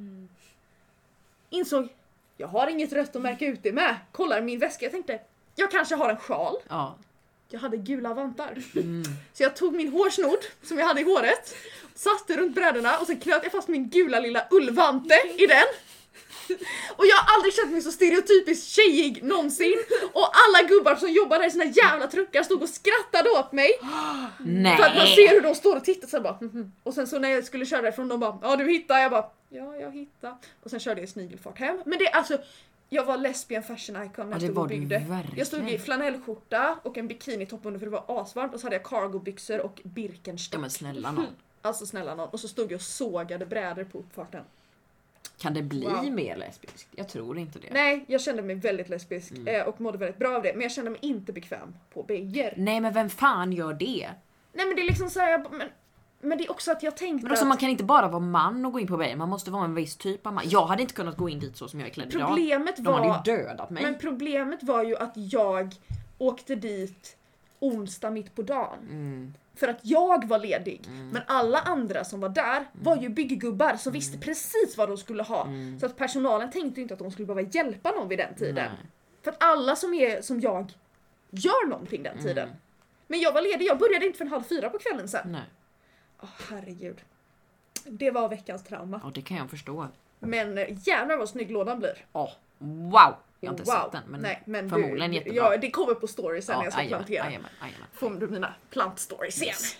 Speaker 1: Insåg, jag har inget rött att märka ut det med. Kollar min väska, jag tänkte, jag kanske har en sjal.
Speaker 3: Ja.
Speaker 1: Jag hade gula vantar. Så jag tog min hårsnodd som jag hade i håret, satte runt brädorna och sen knöt jag fast min gula lilla ullvante i den. Och jag har aldrig känt mig så stereotypiskt tjejig någonsin. Och alla gubbar som jobbar där i sina jävla truckar stod och skrattade åt mig.
Speaker 3: Nej.
Speaker 1: För att man ser hur de står och tittar så bara. Och sen så när jag skulle köra därifrån de bara, ja du hittar. Jag bara, ja jag hittar. Och sen körde jag i snigelfart hem. Men det alltså, jag var lesbian fashion icon när jag stod och byggde. Jag stod i flanellskjorta och en bikinitopp under för det var asvarmt. Och så hade jag cargobyxor och Birkenstock.
Speaker 3: Ja men snälla någon.
Speaker 1: Alltså snälla någon. Och så stod jag och sågade brädor på uppfarten.
Speaker 3: Kan det bli mer lesbiskt? Jag tror inte det.
Speaker 1: Nej, jag kände mig väldigt lesbisk och mådde väldigt bra av det. Men jag kände mig inte bekväm på BR.
Speaker 3: Nej men vem fan gör det?
Speaker 1: Nej men det är liksom så här, men det är också att jag tänkte
Speaker 3: Men också, man kan inte bara vara man och gå in på BR. Man måste vara en viss typ av man. Jag hade inte kunnat gå in dit så som jag är klädd idag.
Speaker 1: Problemet
Speaker 3: De hade
Speaker 1: var,
Speaker 3: ju dödat mig.
Speaker 1: men problemet var ju att jag åkte dit onsdag mitt på dagen. För att jag var ledig. Men alla andra som var där var ju bygggubbar som visste precis vad de skulle ha. Så att personalen tänkte inte att de skulle behöva hjälpa någon vid den tiden.
Speaker 3: Nej.
Speaker 1: För att alla som är som jag gör någonting den tiden. Men jag var ledig, jag började inte förrän 3:30 på kvällen sen.
Speaker 3: Nej.
Speaker 1: Herregud. Det var veckans trauma.
Speaker 3: Ja, det kan jag förstå.
Speaker 1: Men jävlar vad snygg lådan blir.
Speaker 3: Wow! Jag har inte sett den, men,
Speaker 1: nej, men
Speaker 3: förmodligen jättebra.
Speaker 1: Ja, det kommer på story sen när jag ska plantera.
Speaker 3: Jajamän.
Speaker 1: Får du mina plantstories sen.
Speaker 3: Yes.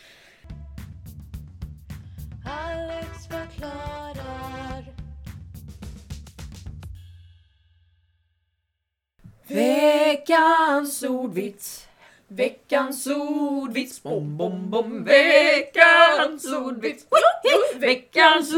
Speaker 4: Alex förklarar.
Speaker 3: Veckans ordvits. Veckans ordvits. Bom, bom, bom. Veckans ordvits. Veckans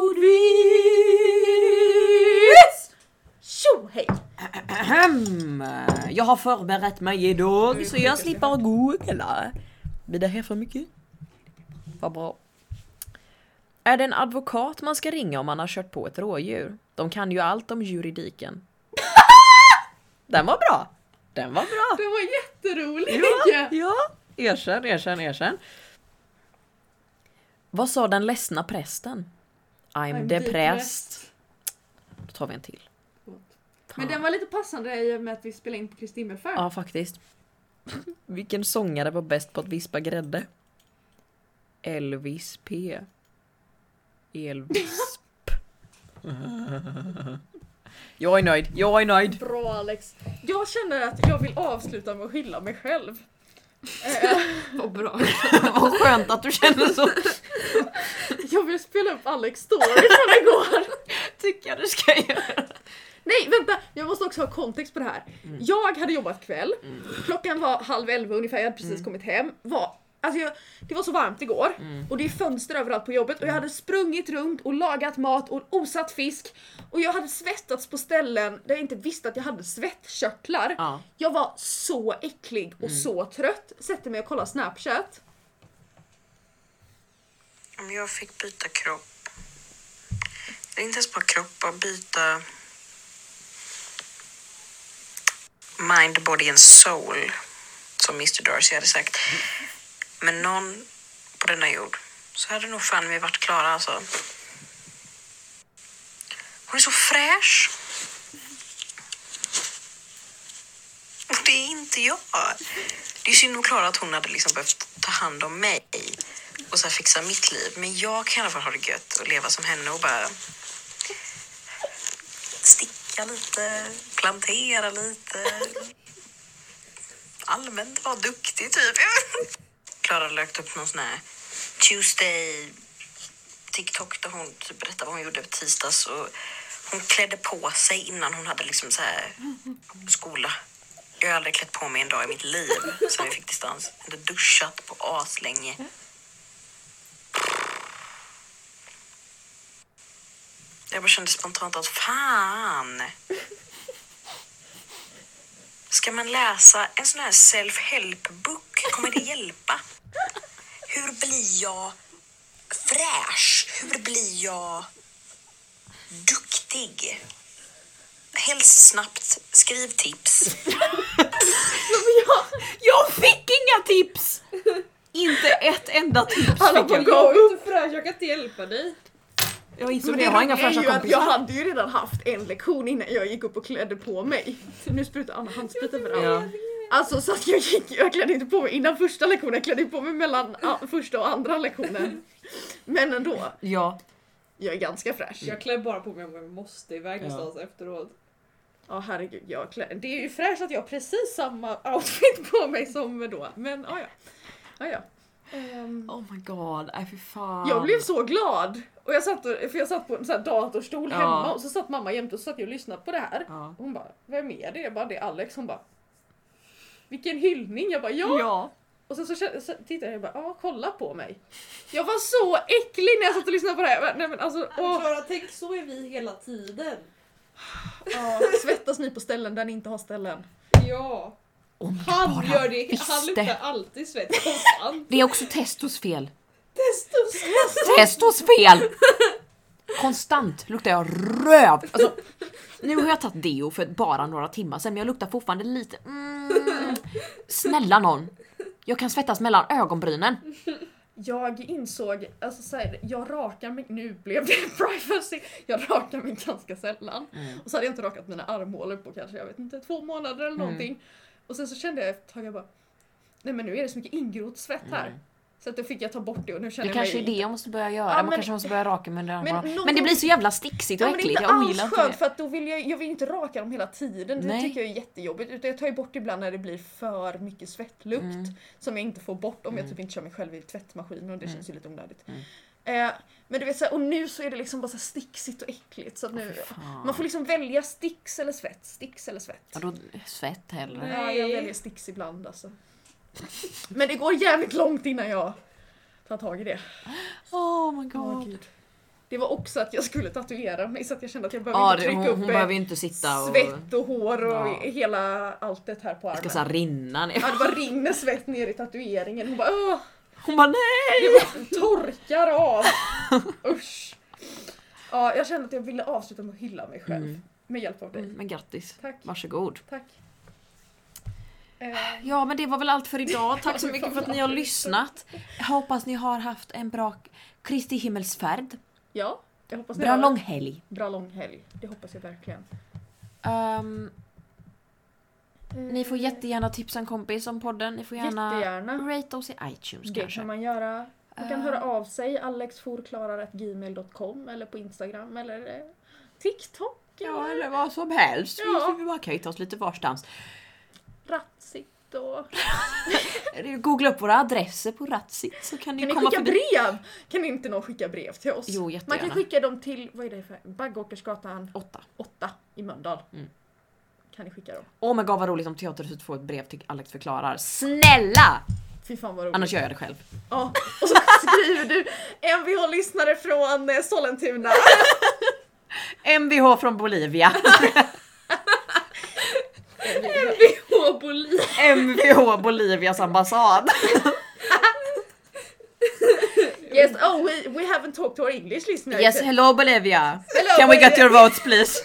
Speaker 3: ordvits.
Speaker 1: Tjo hej!
Speaker 3: Jag har förberett mig idag så jag slipper googla. Blir det här för mycket? Vad bra. Är det en advokat man ska ringa om man har kört på ett rådjur? De kan ju allt om juridiken. Den var bra. Den var bra.
Speaker 1: Det var jätteroligt.
Speaker 3: Ja. Erkänn. Vad sa den ledsna prästen? I'm depressed. Då tar vi en till.
Speaker 1: Men den var lite passande i och med att vi spelade in på Kristi himmelfärd.
Speaker 3: Ja, faktiskt. Vilken sångare var bäst på att vispa grädde? Elvis P. Elvisp. Jag är nöjd.
Speaker 1: Bra Alex. Jag känner att jag vill avsluta med att hylla mig själv.
Speaker 3: Vad bra. Vad skönt att du känner så.
Speaker 1: Jag vill spela upp Alex story från igår.
Speaker 3: Tycker jag du ska göra.
Speaker 1: Nej, vänta. Jag måste också ha kontext på det här. Jag hade jobbat kväll. Klockan var 10:30 ungefär. Jag hade precis kommit hem. Det var så varmt igår. Och det är fönster överallt på jobbet. Och jag hade sprungit runt och lagat mat och osatt fisk. Och jag hade svettats på ställen där jag inte visste att jag hade svettkörtlar.
Speaker 3: Ja.
Speaker 1: Jag var så äcklig och så trött. Sätter mig och kollar Snapchat.
Speaker 5: Om jag fick byta kropp. Det är inte ens bara kropp, bara byta mind, body and soul. Som Mr. Darcy hade sagt. Men någon på denna jord så hade nog fan vi varit klara alltså. Hon är så fräsch. Och det är inte jag. Det är synd att Klara att hon hade liksom behövt ta hand om mig. och så här fixa mitt liv. Men jag kan i alla fall ha det gött och leva som henne och bara sticka lite, plantera lite. Allmänt vara duktig typ. Klara hade lagt upp någon sån här Tuesday TikTok där hon typ berättade vad hon gjorde på tisdags och hon klädde på sig innan hon hade liksom så här skola. Jag har aldrig klätt på mig en dag i mitt liv sen vi fick distans. Jag hade duschat på aslänge. Jag bara kände spontant att fan. Ska man läsa en sån här self-help-book? Kommer det hjälpa? Hur blir jag fräsch? Hur blir jag duktig? Helst snabbt. Skriv tips.
Speaker 3: Jag fick inga tips! Inte ett enda tips
Speaker 1: Alla
Speaker 3: fick
Speaker 1: på
Speaker 3: jag.
Speaker 2: Jag är inte fräsch, jag kan inte hjälpa dig.
Speaker 3: Jag insåg
Speaker 1: Men
Speaker 3: det, jag har inga
Speaker 1: roliga är
Speaker 3: fräscha
Speaker 1: ju att
Speaker 3: kompisar.
Speaker 1: jag hade ju redan haft en lektion innan jag gick upp och klädde på mig. Nu sprutar Anna handsprit överallt.
Speaker 3: Ja.
Speaker 1: Alltså så att jag klädde inte på mig innan första lektionen, jag klädde på mig mellan första och andra lektionen. Men ändå,
Speaker 3: Ja.
Speaker 1: jag är ganska fräsch.
Speaker 2: Jag klär bara på mig om jag måste iväg någonstans efteråt.
Speaker 1: Ja herregud, det är ju fräscht att jag har precis samma outfit på mig som då. Men ja.
Speaker 3: Oh my god, fy fan.
Speaker 1: Jag blev så glad! Och jag satt på en sån här datorstol hemma och så satt mamma jämt och satt jag och lyssnade på det här.
Speaker 3: Ja.
Speaker 1: Och hon bara, vem är det? Jag bara, det är Alex. Hon bara, vilken hyllning! Jag bara, ja! Och sen så tittade jag och bara, kolla på mig. Jag var så äcklig när jag satt och lyssnade på det här. Nej, men alltså,
Speaker 2: Klara, tänk så är vi hela tiden.
Speaker 1: svettas ni på ställen där ni inte har ställen?
Speaker 2: Ja.
Speaker 3: Om du
Speaker 2: Han
Speaker 3: bara
Speaker 2: gör det,
Speaker 3: visste.
Speaker 2: han luktar alltid svett konstant.
Speaker 3: Det är också Testos fel.
Speaker 2: Testos.
Speaker 3: Testos fel! Konstant luktar jag röv. Alltså, nu har jag tagit deo för bara några timmar sedan men jag luktar fortfarande lite. Snälla någon. Jag kan svettas mellan ögonbrynen.
Speaker 1: Jag insåg, alltså såhär, jag rakar mig, nu blev det privacy, jag rakar mig ganska sällan. Och så hade jag inte rakat mina armhålor på kanske, jag vet inte, 2 månader eller någonting. Och sen så kände jag ett tag, jag bara, nej men nu är det så mycket ingrott svett här. Så att då fick jag ta bort det och nu känner
Speaker 3: Det
Speaker 1: jag
Speaker 3: kanske är
Speaker 1: mig...
Speaker 3: det jag måste börja göra.
Speaker 1: Ja,
Speaker 3: Man kanske måste börja raka med armhålorna. Men det
Speaker 1: någon-
Speaker 3: blir så jävla sticksigt och
Speaker 1: Ja, men det är
Speaker 3: äckligt.
Speaker 1: inte
Speaker 3: Jag
Speaker 1: alls
Speaker 3: ogillar inte
Speaker 1: skönt
Speaker 3: det.
Speaker 1: för att då vill jag vill inte raka dem hela tiden. Det
Speaker 3: Nej.
Speaker 1: tycker jag är jättejobbigt. Utan jag tar ju bort ibland när det blir för mycket svettlukt som jag inte får bort om jag typ inte kör mig själv i tvättmaskinen och det känns ju lite onödigt. Men du vet så här, och nu så är det liksom bara så här sticksigt och äckligt så att nu man får liksom välja sticks eller svett.
Speaker 3: Ja, då svett hellre.
Speaker 1: Ja, jag väljer sticks ibland alltså. Men det går jävligt långt innan jag tar tag i det.
Speaker 3: Oh my
Speaker 1: Åh,
Speaker 3: god.
Speaker 1: Gud. Det var också att jag skulle tatuera mig så att jag kände att jag behöver inte trycka
Speaker 3: Hon
Speaker 1: upp
Speaker 3: behöver ju inte sitta och...
Speaker 1: svett och hår och hela allt det här på
Speaker 3: Det
Speaker 1: armen.
Speaker 3: ska så här rinna ner.
Speaker 1: Ja, det bara rinner svett ner i tatueringen. Hon bara åh,
Speaker 3: Hon bara nej!
Speaker 1: det bara torkar av. Usch. Ja, jag kände att jag ville avsluta med att hylla mig själv. Med hjälp av dig.
Speaker 3: Men grattis.
Speaker 1: Tack.
Speaker 3: Varsågod.
Speaker 1: Tack.
Speaker 3: Ja, men det var väl allt för idag. Tack så mycket för att ni har lyssnat. Jag hoppas ni har haft en bra Kristi himmelsfärd.
Speaker 1: Ja, jag hoppas ni
Speaker 3: Bra
Speaker 1: har
Speaker 3: lång helg.
Speaker 1: bra lång helg. Det hoppas jag verkligen.
Speaker 3: Ni får jättegärna tipsa en kompis om podden. Ni får gärna
Speaker 1: Jättegärna.
Speaker 3: rate oss i iTunes
Speaker 1: Det
Speaker 3: kanske.
Speaker 1: kan man göra. Man kan höra av sig alexforklarar@gmail.com eller på Instagram eller TikTok.
Speaker 3: Ja, eller vad som helst.
Speaker 1: Ja.
Speaker 3: Vi bara kan hitta oss lite varstans.
Speaker 1: Ratsigt och...
Speaker 3: Googla upp våra adresser på Ratsit så kan ni
Speaker 1: Kan ni
Speaker 3: komma
Speaker 1: skicka
Speaker 3: förbi.
Speaker 1: brev? Kan inte någon skicka brev till oss?
Speaker 3: Jo,
Speaker 1: Man
Speaker 3: jättegärna.
Speaker 1: kan skicka dem till, vad är det för, Baggåkersgatan
Speaker 3: 8.
Speaker 1: 8 i Mölndal. Kan ni skicka dem?
Speaker 3: Oh my god vad roligt om Teaterhuset får ett brev till Alex förklarar. Snälla!
Speaker 1: Fy fan vad roligt.
Speaker 3: Annars gör jag det själv.
Speaker 1: Ja, och så skriver du MVH-lyssnare från Sollentuna.
Speaker 3: MVH från Bolivia.
Speaker 2: MVH Bolivia.
Speaker 3: MVH Bolivias ambassad.
Speaker 1: Yes, oh we haven't talked to our English listeners.
Speaker 3: Yes, hello Bolivia.
Speaker 1: Hello,
Speaker 3: Can we get
Speaker 1: Bolivia.
Speaker 3: your votes please?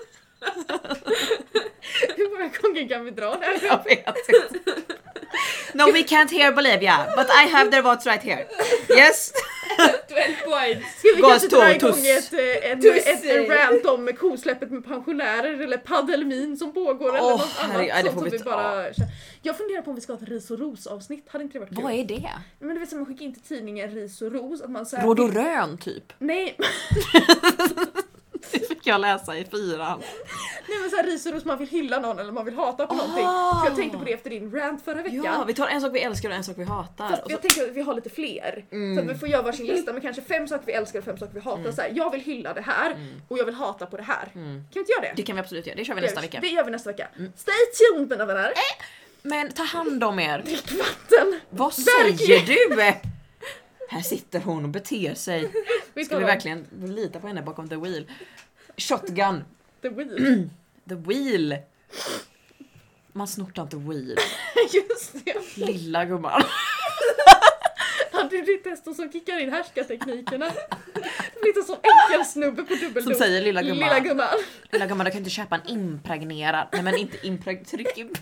Speaker 1: Hur många gånger kan vi dra det här?
Speaker 3: Jag vet inte. No, we can't hear Bolivia, but I have their votes right here. Yes.
Speaker 2: 12 points.
Speaker 1: Ska vi
Speaker 3: Gas,
Speaker 1: kanske dra
Speaker 3: tå,
Speaker 1: igång
Speaker 3: tuss.
Speaker 1: en rant om kosläppet med pensionärer eller paddelmin som pågår eller något
Speaker 3: herregud,
Speaker 1: annat
Speaker 3: det
Speaker 1: sånt
Speaker 3: får
Speaker 1: som
Speaker 3: vi
Speaker 1: vi bara... Jag funderar på om vi ska ha ett ris och ros avsnitt, hade inte det varit kul?
Speaker 3: Vad är det?
Speaker 1: Men du vet som man skickar in till tidningen ris och ros att man så här,
Speaker 3: Råd och rön typ.
Speaker 1: Nej,
Speaker 3: Det fick jag läsa i 4.
Speaker 1: nej men så här ris och ros man vill hylla någon eller man vill hata på någonting. För jag tänkte på det efter din rant förra veckan.
Speaker 3: Ja, vi tar en sak vi älskar och en sak vi hatar.
Speaker 1: Fast
Speaker 3: Och så,
Speaker 1: jag tänker att vi har lite fler. Så att vi får göra varsin lista med kanske 5 saker vi älskar och 5 saker vi hatar. Så här, jag vill hylla det här och jag vill hata på det här. Kan vi inte göra det?
Speaker 3: det kan vi absolut göra, det kör vi nästa vecka.
Speaker 1: Det gör vi nästa vecka. Stay tuned mina vänner.
Speaker 3: Men ta hand om er.
Speaker 1: Drick vatten.
Speaker 3: Vad säger du? Här sitter hon och beter sig. Ska vi verkligen lita på henne bakom the wheel? Shotgun.
Speaker 1: The wheel.
Speaker 3: The wheel. Man snortar inte wheel.
Speaker 1: Just det.
Speaker 3: Lilla gumman.
Speaker 1: Hade du ditt testo som kickar in härskarteknikerna? Lite som äckelsnubbe på dubbeldos.
Speaker 3: Som säger lilla gumman.
Speaker 1: Lilla gumman.
Speaker 3: Lilla gumman, du kan inte köpa en impregnerad. Nej men inte
Speaker 1: Impregnerad.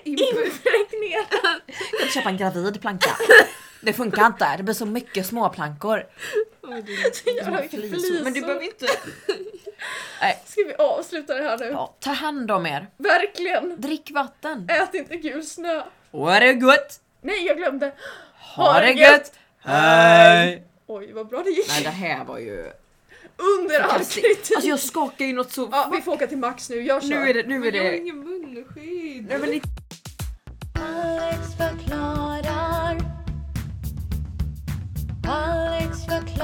Speaker 3: Du kan inte köpa en gravid planka. Det funkar inte, det blir så mycket små plankor.
Speaker 1: Så jävla mycket flisor.
Speaker 3: Men du behöver inte...
Speaker 1: Ska vi avsluta det här nu?
Speaker 3: Ja, ta hand om er.
Speaker 1: Verkligen.
Speaker 3: Drick vatten.
Speaker 1: Ät inte gul snö.
Speaker 3: Ha det gott.
Speaker 1: Nej, jag glömde.
Speaker 3: Ha det gött. Hej.
Speaker 1: Oj, vad bra det gick.
Speaker 3: Nej, det här var ju...
Speaker 1: Under all kritik.
Speaker 3: Alltså jag skakar ju något så...
Speaker 1: Ja, vi får åka till Max nu. Jag kör.
Speaker 3: Nu är det...
Speaker 2: Men jag har ingen munskydd.
Speaker 3: Nej, men
Speaker 4: Alex förklarar. Alex förklarar.